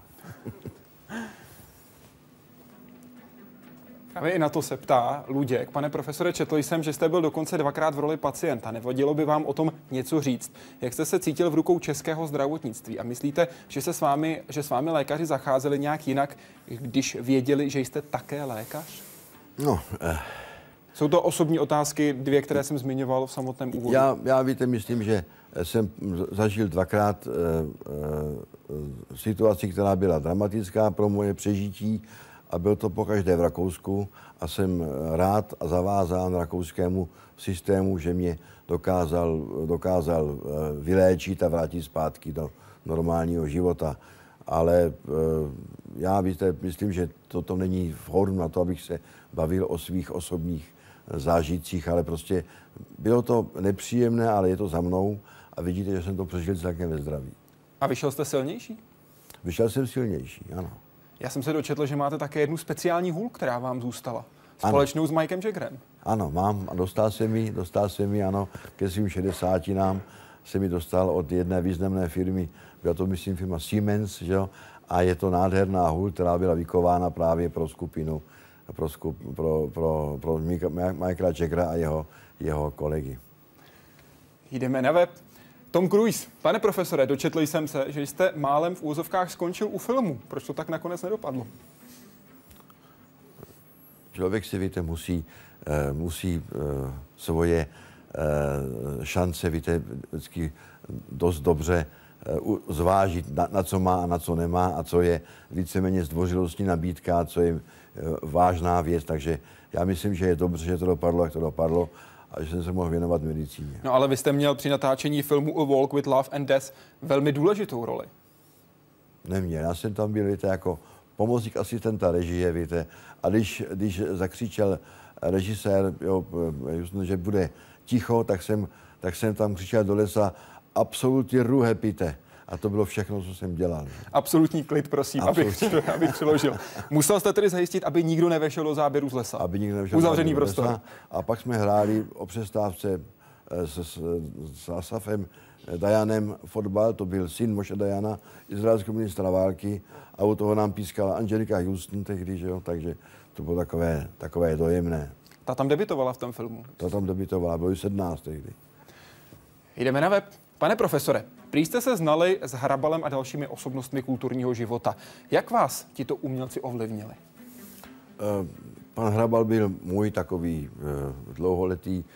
Právě i na to se ptá Luděk. Pane profesore, četl jsem, že jste byl dokonce dvakrát v roli pacienta. Nevadilo by vám o tom něco říct? Jak jste se cítil v rukou českého zdravotnictví? A myslíte, že, se s vámi, že s vámi lékaři zacházeli nějak jinak, když věděli, že jste také lékař? No... Eh. Jsou to osobní otázky, dvě, které jsem zmiňoval v samotném úvodu. Já, já víte, myslím, že jsem zažil dvakrát e, e, situaci, která byla dramatická pro moje přežití a byl to pokaždé v Rakousku a jsem rád a zavázán rakouskému systému, že mě dokázal, dokázal vyléčit a vrátit zpátky do normálního života. Ale e, já víte, myslím, že toto není fórum na to, abych se bavil o svých osobních zážitcích, ale prostě bylo to nepříjemné, ale je to za mnou a vidíte, že jsem to přežil celkem ve zdraví. A vyšel jste silnější? Vyšel jsem silnější, ano. Já jsem se dočetl, že máte také jednu speciální hůl, která vám zůstala. Společnou ano. s Mikem Jaggerem. Ano, mám a dostal se mi, dostal se mi, ano, ke svým šedesátinám se mi dostal od jedné významné firmy, byla to, myslím, firma Siemens, že jo, a je to nádherná hůl, která byla vykována právě pro skupinu pro, pro, pro, pro Michaela Jaggera a jeho, jeho kolegy. Jdeme na web. Tom Cruise. Pane profesore, dočetl jsem se, že jste málem v úvozovkách skončil u filmu. Proč to tak nakonec nedopadlo? Člověk si, víte, musí, uh, musí uh, svoje uh, šance, víte, vždycky dost dobře uh, zvážit, na, na co má a na co nemá a co je víceméně zdvořilostní nabídka a co je uh, vážná věc. Takže já myslím, že je dobře, že to dopadlo, jak to dopadlo a že jsem se mohl věnovat medicíně. No ale vy jste měl při natáčení filmu A Walk with Love and Death velmi důležitou roli. Neměl. Já jsem tam byl, víte, jako pomocník asistenta režie, víte. A když, když zakřičel režisér, jo, že bude ticho, tak jsem, tak jsem tam křičel do lesa absolutně ruhe pite. A to bylo všechno, co jsem dělal. Absolutní klid, prosím, abych, abych přiložil. Musel jste tedy zajistit, aby nikdo nevešel do záběru z lesa. Aby nikdo nevešel Uzavřený do prostor. Lesa. A pak jsme hráli o přestávce s, s, s Asafem Dajanem fotbal, to byl syn Moše Dajana, izraelského ministra války, a u toho nám pískala Angelika Houston tehdy, že jo? Takže to bylo takové, takové dojemné. Ta tam debitovala v tom filmu. Ta tam debitovala, bylo jí sedmnáct tehdy. Jdeme na web. Pane profesore, prý jste se znali s Hrabalem a dalšími osobnostmi kulturního života. Jak vás tito umělci ovlivnili? Pan Hrabal byl můj takový dlouholetý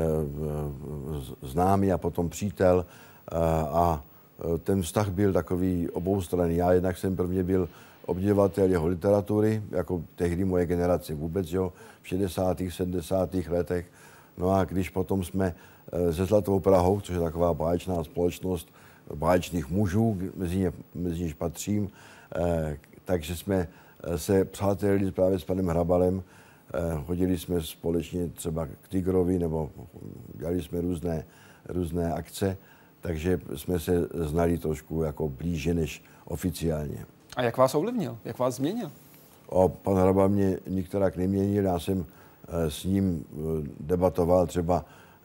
známý a potom přítel a ten vztah byl takový oboustranný. Já jednak jsem prvně byl obdivovatel jeho literatury, jako tehdy moje generace vůbec, jo, v šedesátých, sedmdesátých letech. No a když potom jsme se Zlatou Prahou, což je taková báječná společnost báječných mužů, mezi ně, mezi něž patřím, takže jsme se přátelili právě s panem Hrabalem. Chodili jsme společně třeba k Tigrovi, nebo dělali jsme různé, různé akce, takže jsme se znali trošku jako blíže než oficiálně. A jak vás ovlivnil? Jak vás změnil? O, pan Hrabal mě nikterak neměnil, já jsem s ním debatoval třeba,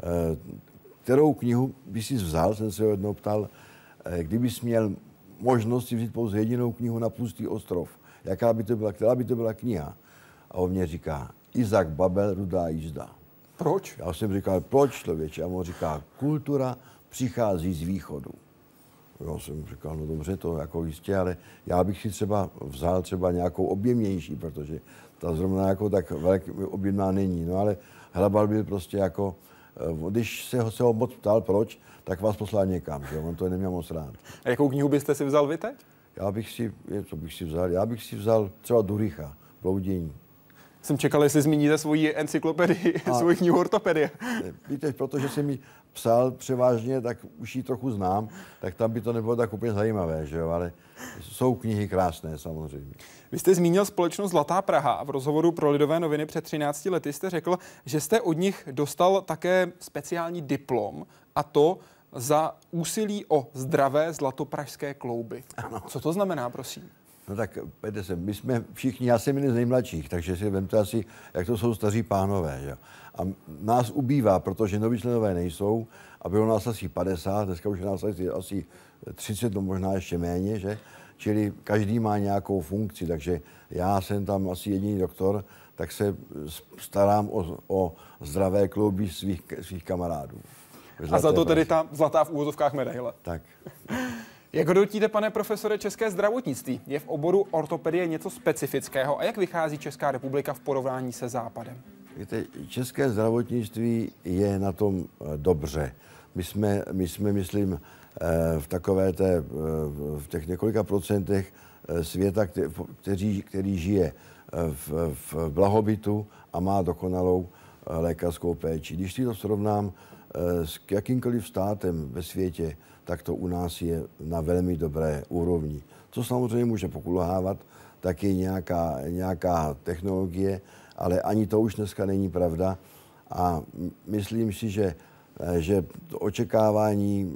kterou knihu by si vzal, jsem se ho jednou ptal, kdybys měl možnost si vzít pouze jedinou knihu na Tlustý ostrov, jaká by to byla, která by to byla kniha? A on mě říká, Izák Babel, Rudá jízda. Proč? Já jsem říkal, proč, člověče? A on říká, kultura přichází z východu. Já jsem říkal, no dobře, to jako jistě, ale já bych si třeba vzal třeba nějakou objemnější, protože ta zrovna jako tak velký objemná není. No ale Hrabal byl prostě jako, když se ho, se ho moc ptal, proč, tak vás poslal někam, že on to neměl moc rád. A jakou knihu byste si vzal vy teď? Já bych si, co bych si vzal, já bych si vzal třeba Duricha, Bloudění. Jsem čekal, jestli zmíníte svoji encyklopedii, a svoji knihu ortopedie. Víte, protože jsem ji psal převážně, tak už ji trochu znám, tak tam by to nebylo tak úplně zajímavé, že jo, ale jsou knihy krásné samozřejmě. Vy jste zmínil společnost Zlatá Praha a v rozhovoru pro Lidové noviny před třinácti lety jste řekl, že jste od nich dostal také speciální diplom, a to za úsilí o zdravé zlatopražské klouby. Ano. Co to znamená, prosím? No tak, pojďte se, my jsme všichni, já jsem jeden z nejmladších, takže si vemte asi, jak to jsou staří pánové, že? A nás ubývá, protože noví členové nejsou a bylo nás asi padesát, dneska už je nás asi, asi třicet, no možná ještě méně, že? Čili každý má nějakou funkci, takže já jsem tam asi jediný doktor, tak se starám o, o zdravé klouby svých, svých kamarádů. A za to tedy ta zlatá v úvozovkách medaile. Tak. Jak hodnotíte, pane profesore, české zdravotnictví? Je v oboru ortopedie něco specifického a jak vychází Česká republika v porovnání se Západem? Víte, české zdravotnictví je na tom dobře. My jsme, my jsme myslím, v takové té, v těch několika procentech světa, který, který žije v, v blahobytu a má dokonalou lékařskou péči. Když si to srovnám s jakýmkoliv státem ve světě, tak to u nás je na velmi dobré úrovni. Co samozřejmě může pokulhávat, tak je nějaká, nějaká technologie, ale ani to už dneska není pravda. A myslím si, že, že to očekávání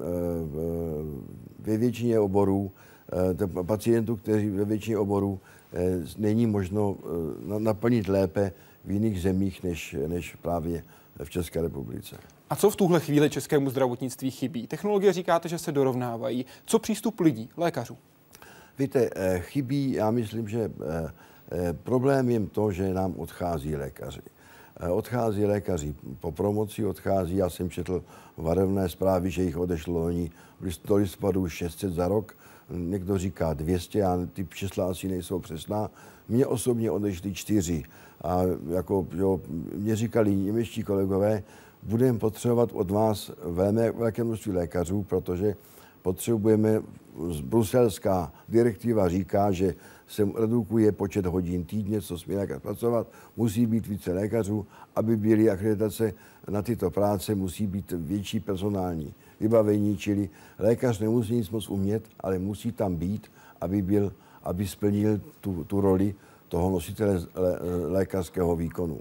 ve většině oborů, pacientů, kteří ve většině oborů není možno naplnit lépe v jiných zemích, než, než právě v České republice. A co v tuhle chvíli českému zdravotnictví chybí? Technologie říkáte, že se dorovnávají. Co přístup lidí, lékařů? Víte, chybí, já myslím, že problém je to, že nám odchází lékaři. Odchází lékaři po promoci, odchází, já jsem četl varovné zprávy, že jich odešlo oni do listopadu šest set za rok, někdo říká dvě stě, a ty čísla asi nejsou přesná. Mně osobně odešli čtyři. A jako, jo, mě říkali němečtí kolegové, budeme potřebovat od vás velmi velké množství lékařů, protože potřebujeme, bruselská direktiva říká, že se redukuje počet hodin týdně, co smí lékař pracovat, musí být více lékařů, aby byly akreditace na tyto práce, musí být větší personální vybavení, čili lékař nemusí nic moc umět, ale musí tam být, aby, byl, aby splnil tu, tu roli toho nositele lékařského výkonu.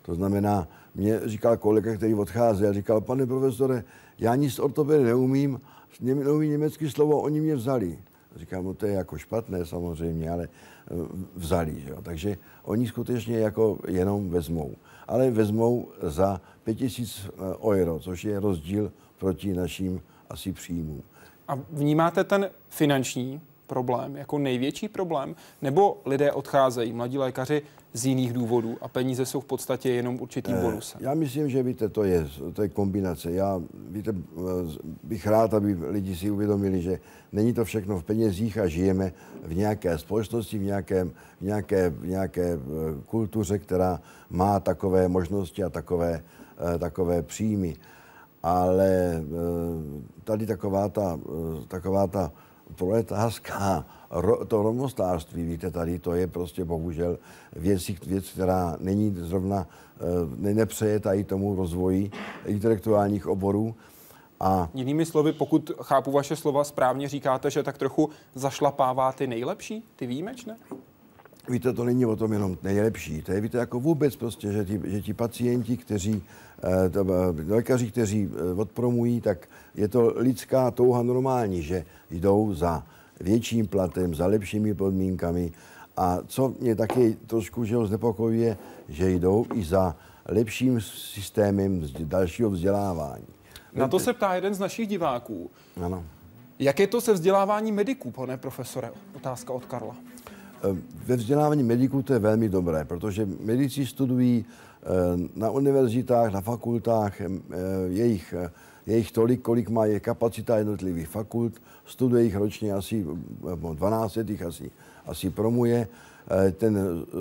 To znamená, mě říkal kolega, který odcházel, říkal, pane profesore, já nic ortopedy neumím, neumím německé slovo, oni mě vzali. Říkám, no to je jako špatné samozřejmě, ale vzali. Že jo? Takže oni skutečně jako jenom vezmou. Ale vezmou za pět tisíc euro, což je rozdíl proti našim asi příjmům. A vnímáte ten finanční problém jako největší problém? Nebo lidé odcházejí, mladí lékaři, z jiných důvodů a peníze jsou v podstatě jenom určitým bonusem? Já myslím, že víte, to je, to je kombinace. Já víte, bych rád, aby lidi si uvědomili, že není to všechno v penězích a žijeme v nějaké společnosti, v, nějakém, v, nějaké, v nějaké kultuře, která má takové možnosti a takové, takové příjmy. Ale tady taková ta, taková ta proletářská, to rovnostářství, víte, tady to je prostě bohužel věc, věc která není zrovna, nepřeje tady tomu rozvoji intelektuálních oborů. A jinými slovy, pokud chápu vaše slova správně, říkáte, že tak trochu zašlapává ty nejlepší, ty výjimečné? Víte, to není o tom jenom nejlepší. To je, víte, jako vůbec prostě, že ti, že ti pacienti, kteří, to, lékaři, kteří odpromují, tak je to lidská touha normální, že jdou za větším platem, za lepšími podmínkami. A co mě taky trošku že ho znepokojuje, že jdou i za lepším systémem dalšího vzdělávání. Na to se ptá jeden z našich diváků. Ano. Jak je to se vzděláváním mediků, pane profesore? Otázka od Karla. Ve vzdělávání mediků to je velmi dobré, protože medici studují na univerzitách, na fakultách, jejich, jejich tolik, kolik má je kapacita jednotlivých fakult, studuje jich ročně asi dvanáct jich asi, asi promuje. Ten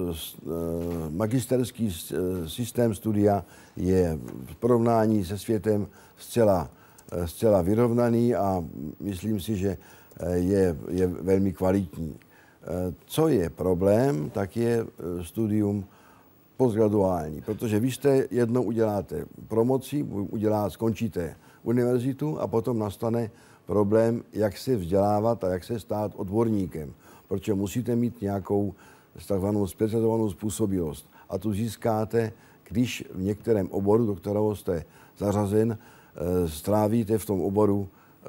magisterský systém studia je v porovnání se světem zcela, zcela vyrovnaný a myslím si, že je, je velmi kvalitní. Co je problém, tak je studium postgraduální, protože vy jste jednou uděláte promoci, udělá, skončíte univerzitu a potom nastane problém, jak se vzdělávat a jak se stát odborníkem, protože musíte mít nějakou takzvanou specializovanou způsobilost a tu získáte, když v některém oboru, do kterého jste zařazen, strávíte v tom oboru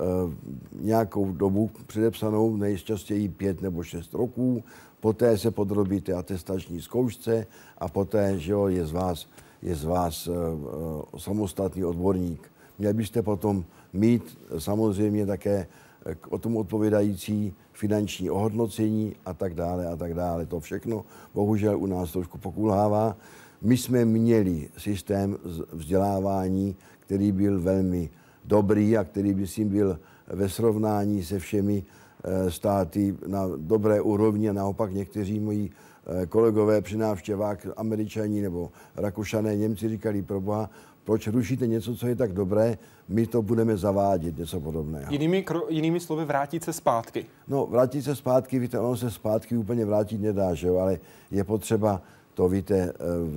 nějakou dobu předepsanou, nejčastěji pět nebo šest roků, poté se podrobíte atestační zkoušce a poté, že jo, je z vás, je z vás uh, samostatný odborník. Měli byste potom mít samozřejmě také o tom odpovědající finanční ohodnocení a tak dále a tak dále. To všechno bohužel u nás trošku pokulhává. My jsme měli systém vzdělávání, který byl velmi dobrý a který by si byl ve srovnání se všemi státy na dobré úrovni a naopak někteří moji kolegové při návštěvách, Američani nebo Rakušané, Němci říkali, proboha, proč rušíte něco, co je tak dobré, my to budeme zavádět, něco podobného. Jinými, jinými slovy, vrátit se zpátky. No, vrátit se zpátky, víte, ono se zpátky úplně vrátit nedá, že jo, ale je potřeba to, víte,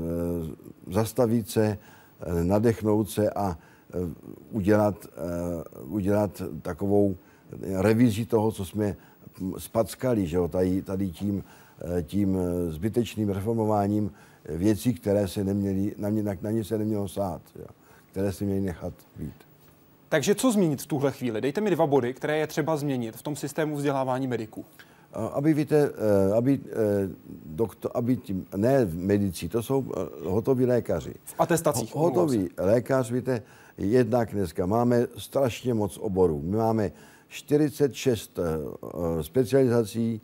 zastavit se, nadechnout se a udělat, udělat takovou revizi toho, co jsme spackali, že jo, tady, tady tím, tím zbytečným reformováním věcí, které se neměly, na, ně, na ně se nemělo sát, jo, které se měly nechat být. Takže co změnit v tuhle chvíli? Dejte mi dva body, které je třeba změnit v tom systému vzdělávání mediků. Aby, víte, aby, doktor, aby tím, ne medici, to jsou hotoví lékaři. V atestacích. Hotový lékař, víte, jednak dneska máme strašně moc oborů. My máme čtyřicet šest specializací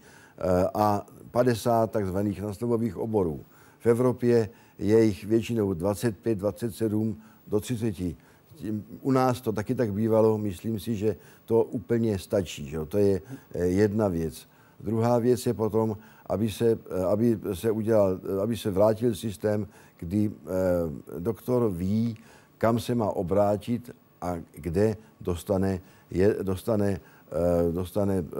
a padesát takzvaných nástavových oborů. V Evropě je jich většinou dvacet pět, dvacet sedm do třicet. U nás to taky tak bývalo, myslím si, že to úplně stačí. Že? To je jedna věc. Druhá věc je potom, aby se, aby se, udělal, aby se vrátil systém, kdy eh, doktor ví, kam se má obrátit a kde dostane, je, dostane, eh, dostane eh,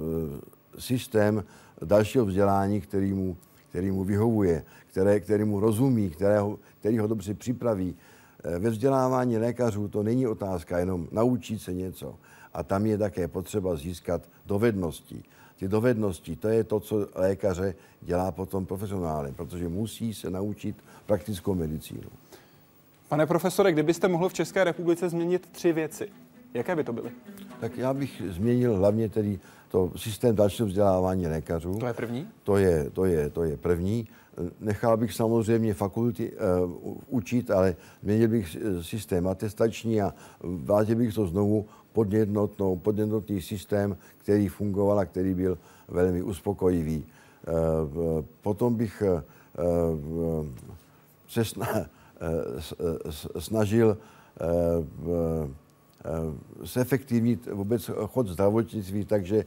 systém dalšího vzdělání, který mu, který mu vyhovuje, které, který mu rozumí, kterého, který ho dobře připraví. Eh, ve vzdělávání lékařů to není otázka jenom naučit se něco. A tam je také potřeba získat dovednosti. ty dovednosti, to je to, co lékaře dělá potom profesionálem, protože musí se naučit praktickou medicínu. Pane profesore, kdybyste mohl v České republice změnit tři věci, jaké by to byly? Tak já bych změnil hlavně tedy to systém dalšího vzdělávání lékařů. To je první? To je, to je, to je první. Nechal bych samozřejmě fakulty uh, učit, ale změnil bych systém atestační a vrátil bych to znovu pod jednotnou, pod jednotný systém, který fungoval a který byl velmi uspokojivý. Uh, potom bych uh, se sna- snažil zefektivnit vůbec chod zdravotnictví, takže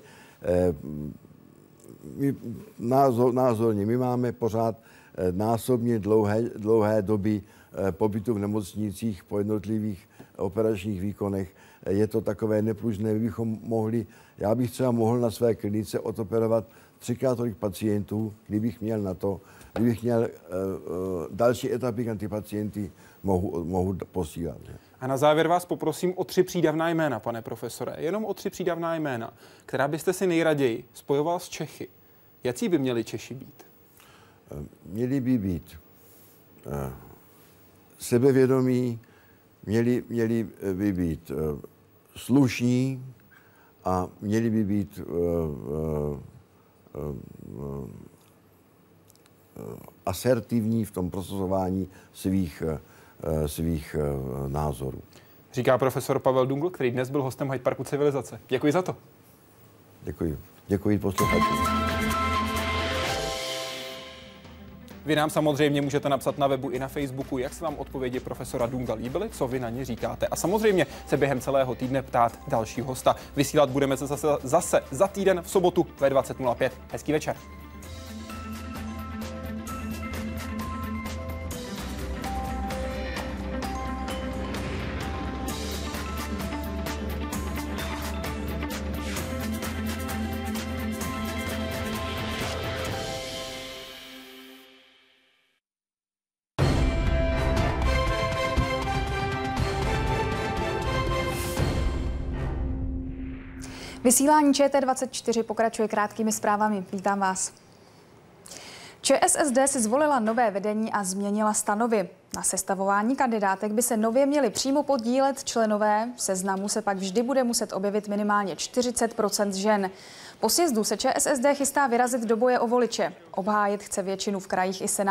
my, názor, názorně, my máme pořád násobně dlouhé, dlouhé doby pobytu v nemocnicích po jednotlivých operačních výkonech. Je to takové nepružné, my bychom mohli, já bych třeba mohl na své klinice odoperovat třikrát tolik pacientů, kdybych měl na to, kdybych měl uh, uh, další etapy, kam ty pacienty mohu, mohu posílat. A na závěr vás poprosím o tři přídavná jména, pane profesore. Jenom o tři přídavná jména, která byste si nejraději spojoval s Čechy. Jací by měli Češi být? Uh, měli by být uh, sebevědomí, měli, měli by být uh, slušní a měli by být uh, uh, uh, asertivní v tom prosazování svých, svých názorů. Říká profesor Pavel Dungl, který dnes byl hostem Hyde Parku Civilizace. Děkuji za to. Děkuji. Děkuji posluchačům. Vy nám samozřejmě můžete napsat na webu i na Facebooku, jak se vám odpovědi profesora Dungla líbily, co vy na ně říkáte. A samozřejmě se během celého týdne ptát dalšího hosta. Vysílat budeme se zase, zase za týden v sobotu ve dvacet nula pět. Hezký večer. Vysílání Č T dvacet čtyři pokračuje krátkými zprávami. Vítám vás. ČSSD si zvolila nové vedení a změnila stanovy. Na sestavování kandidátek by se nově měli přímo podílet členové. V seznamu se pak vždy bude muset objevit minimálně čtyřicet procent žen. Po sjezdu se ČSSD chystá vyrazit do boje o voliče. Obhájit chce většinu v krajích i senátu.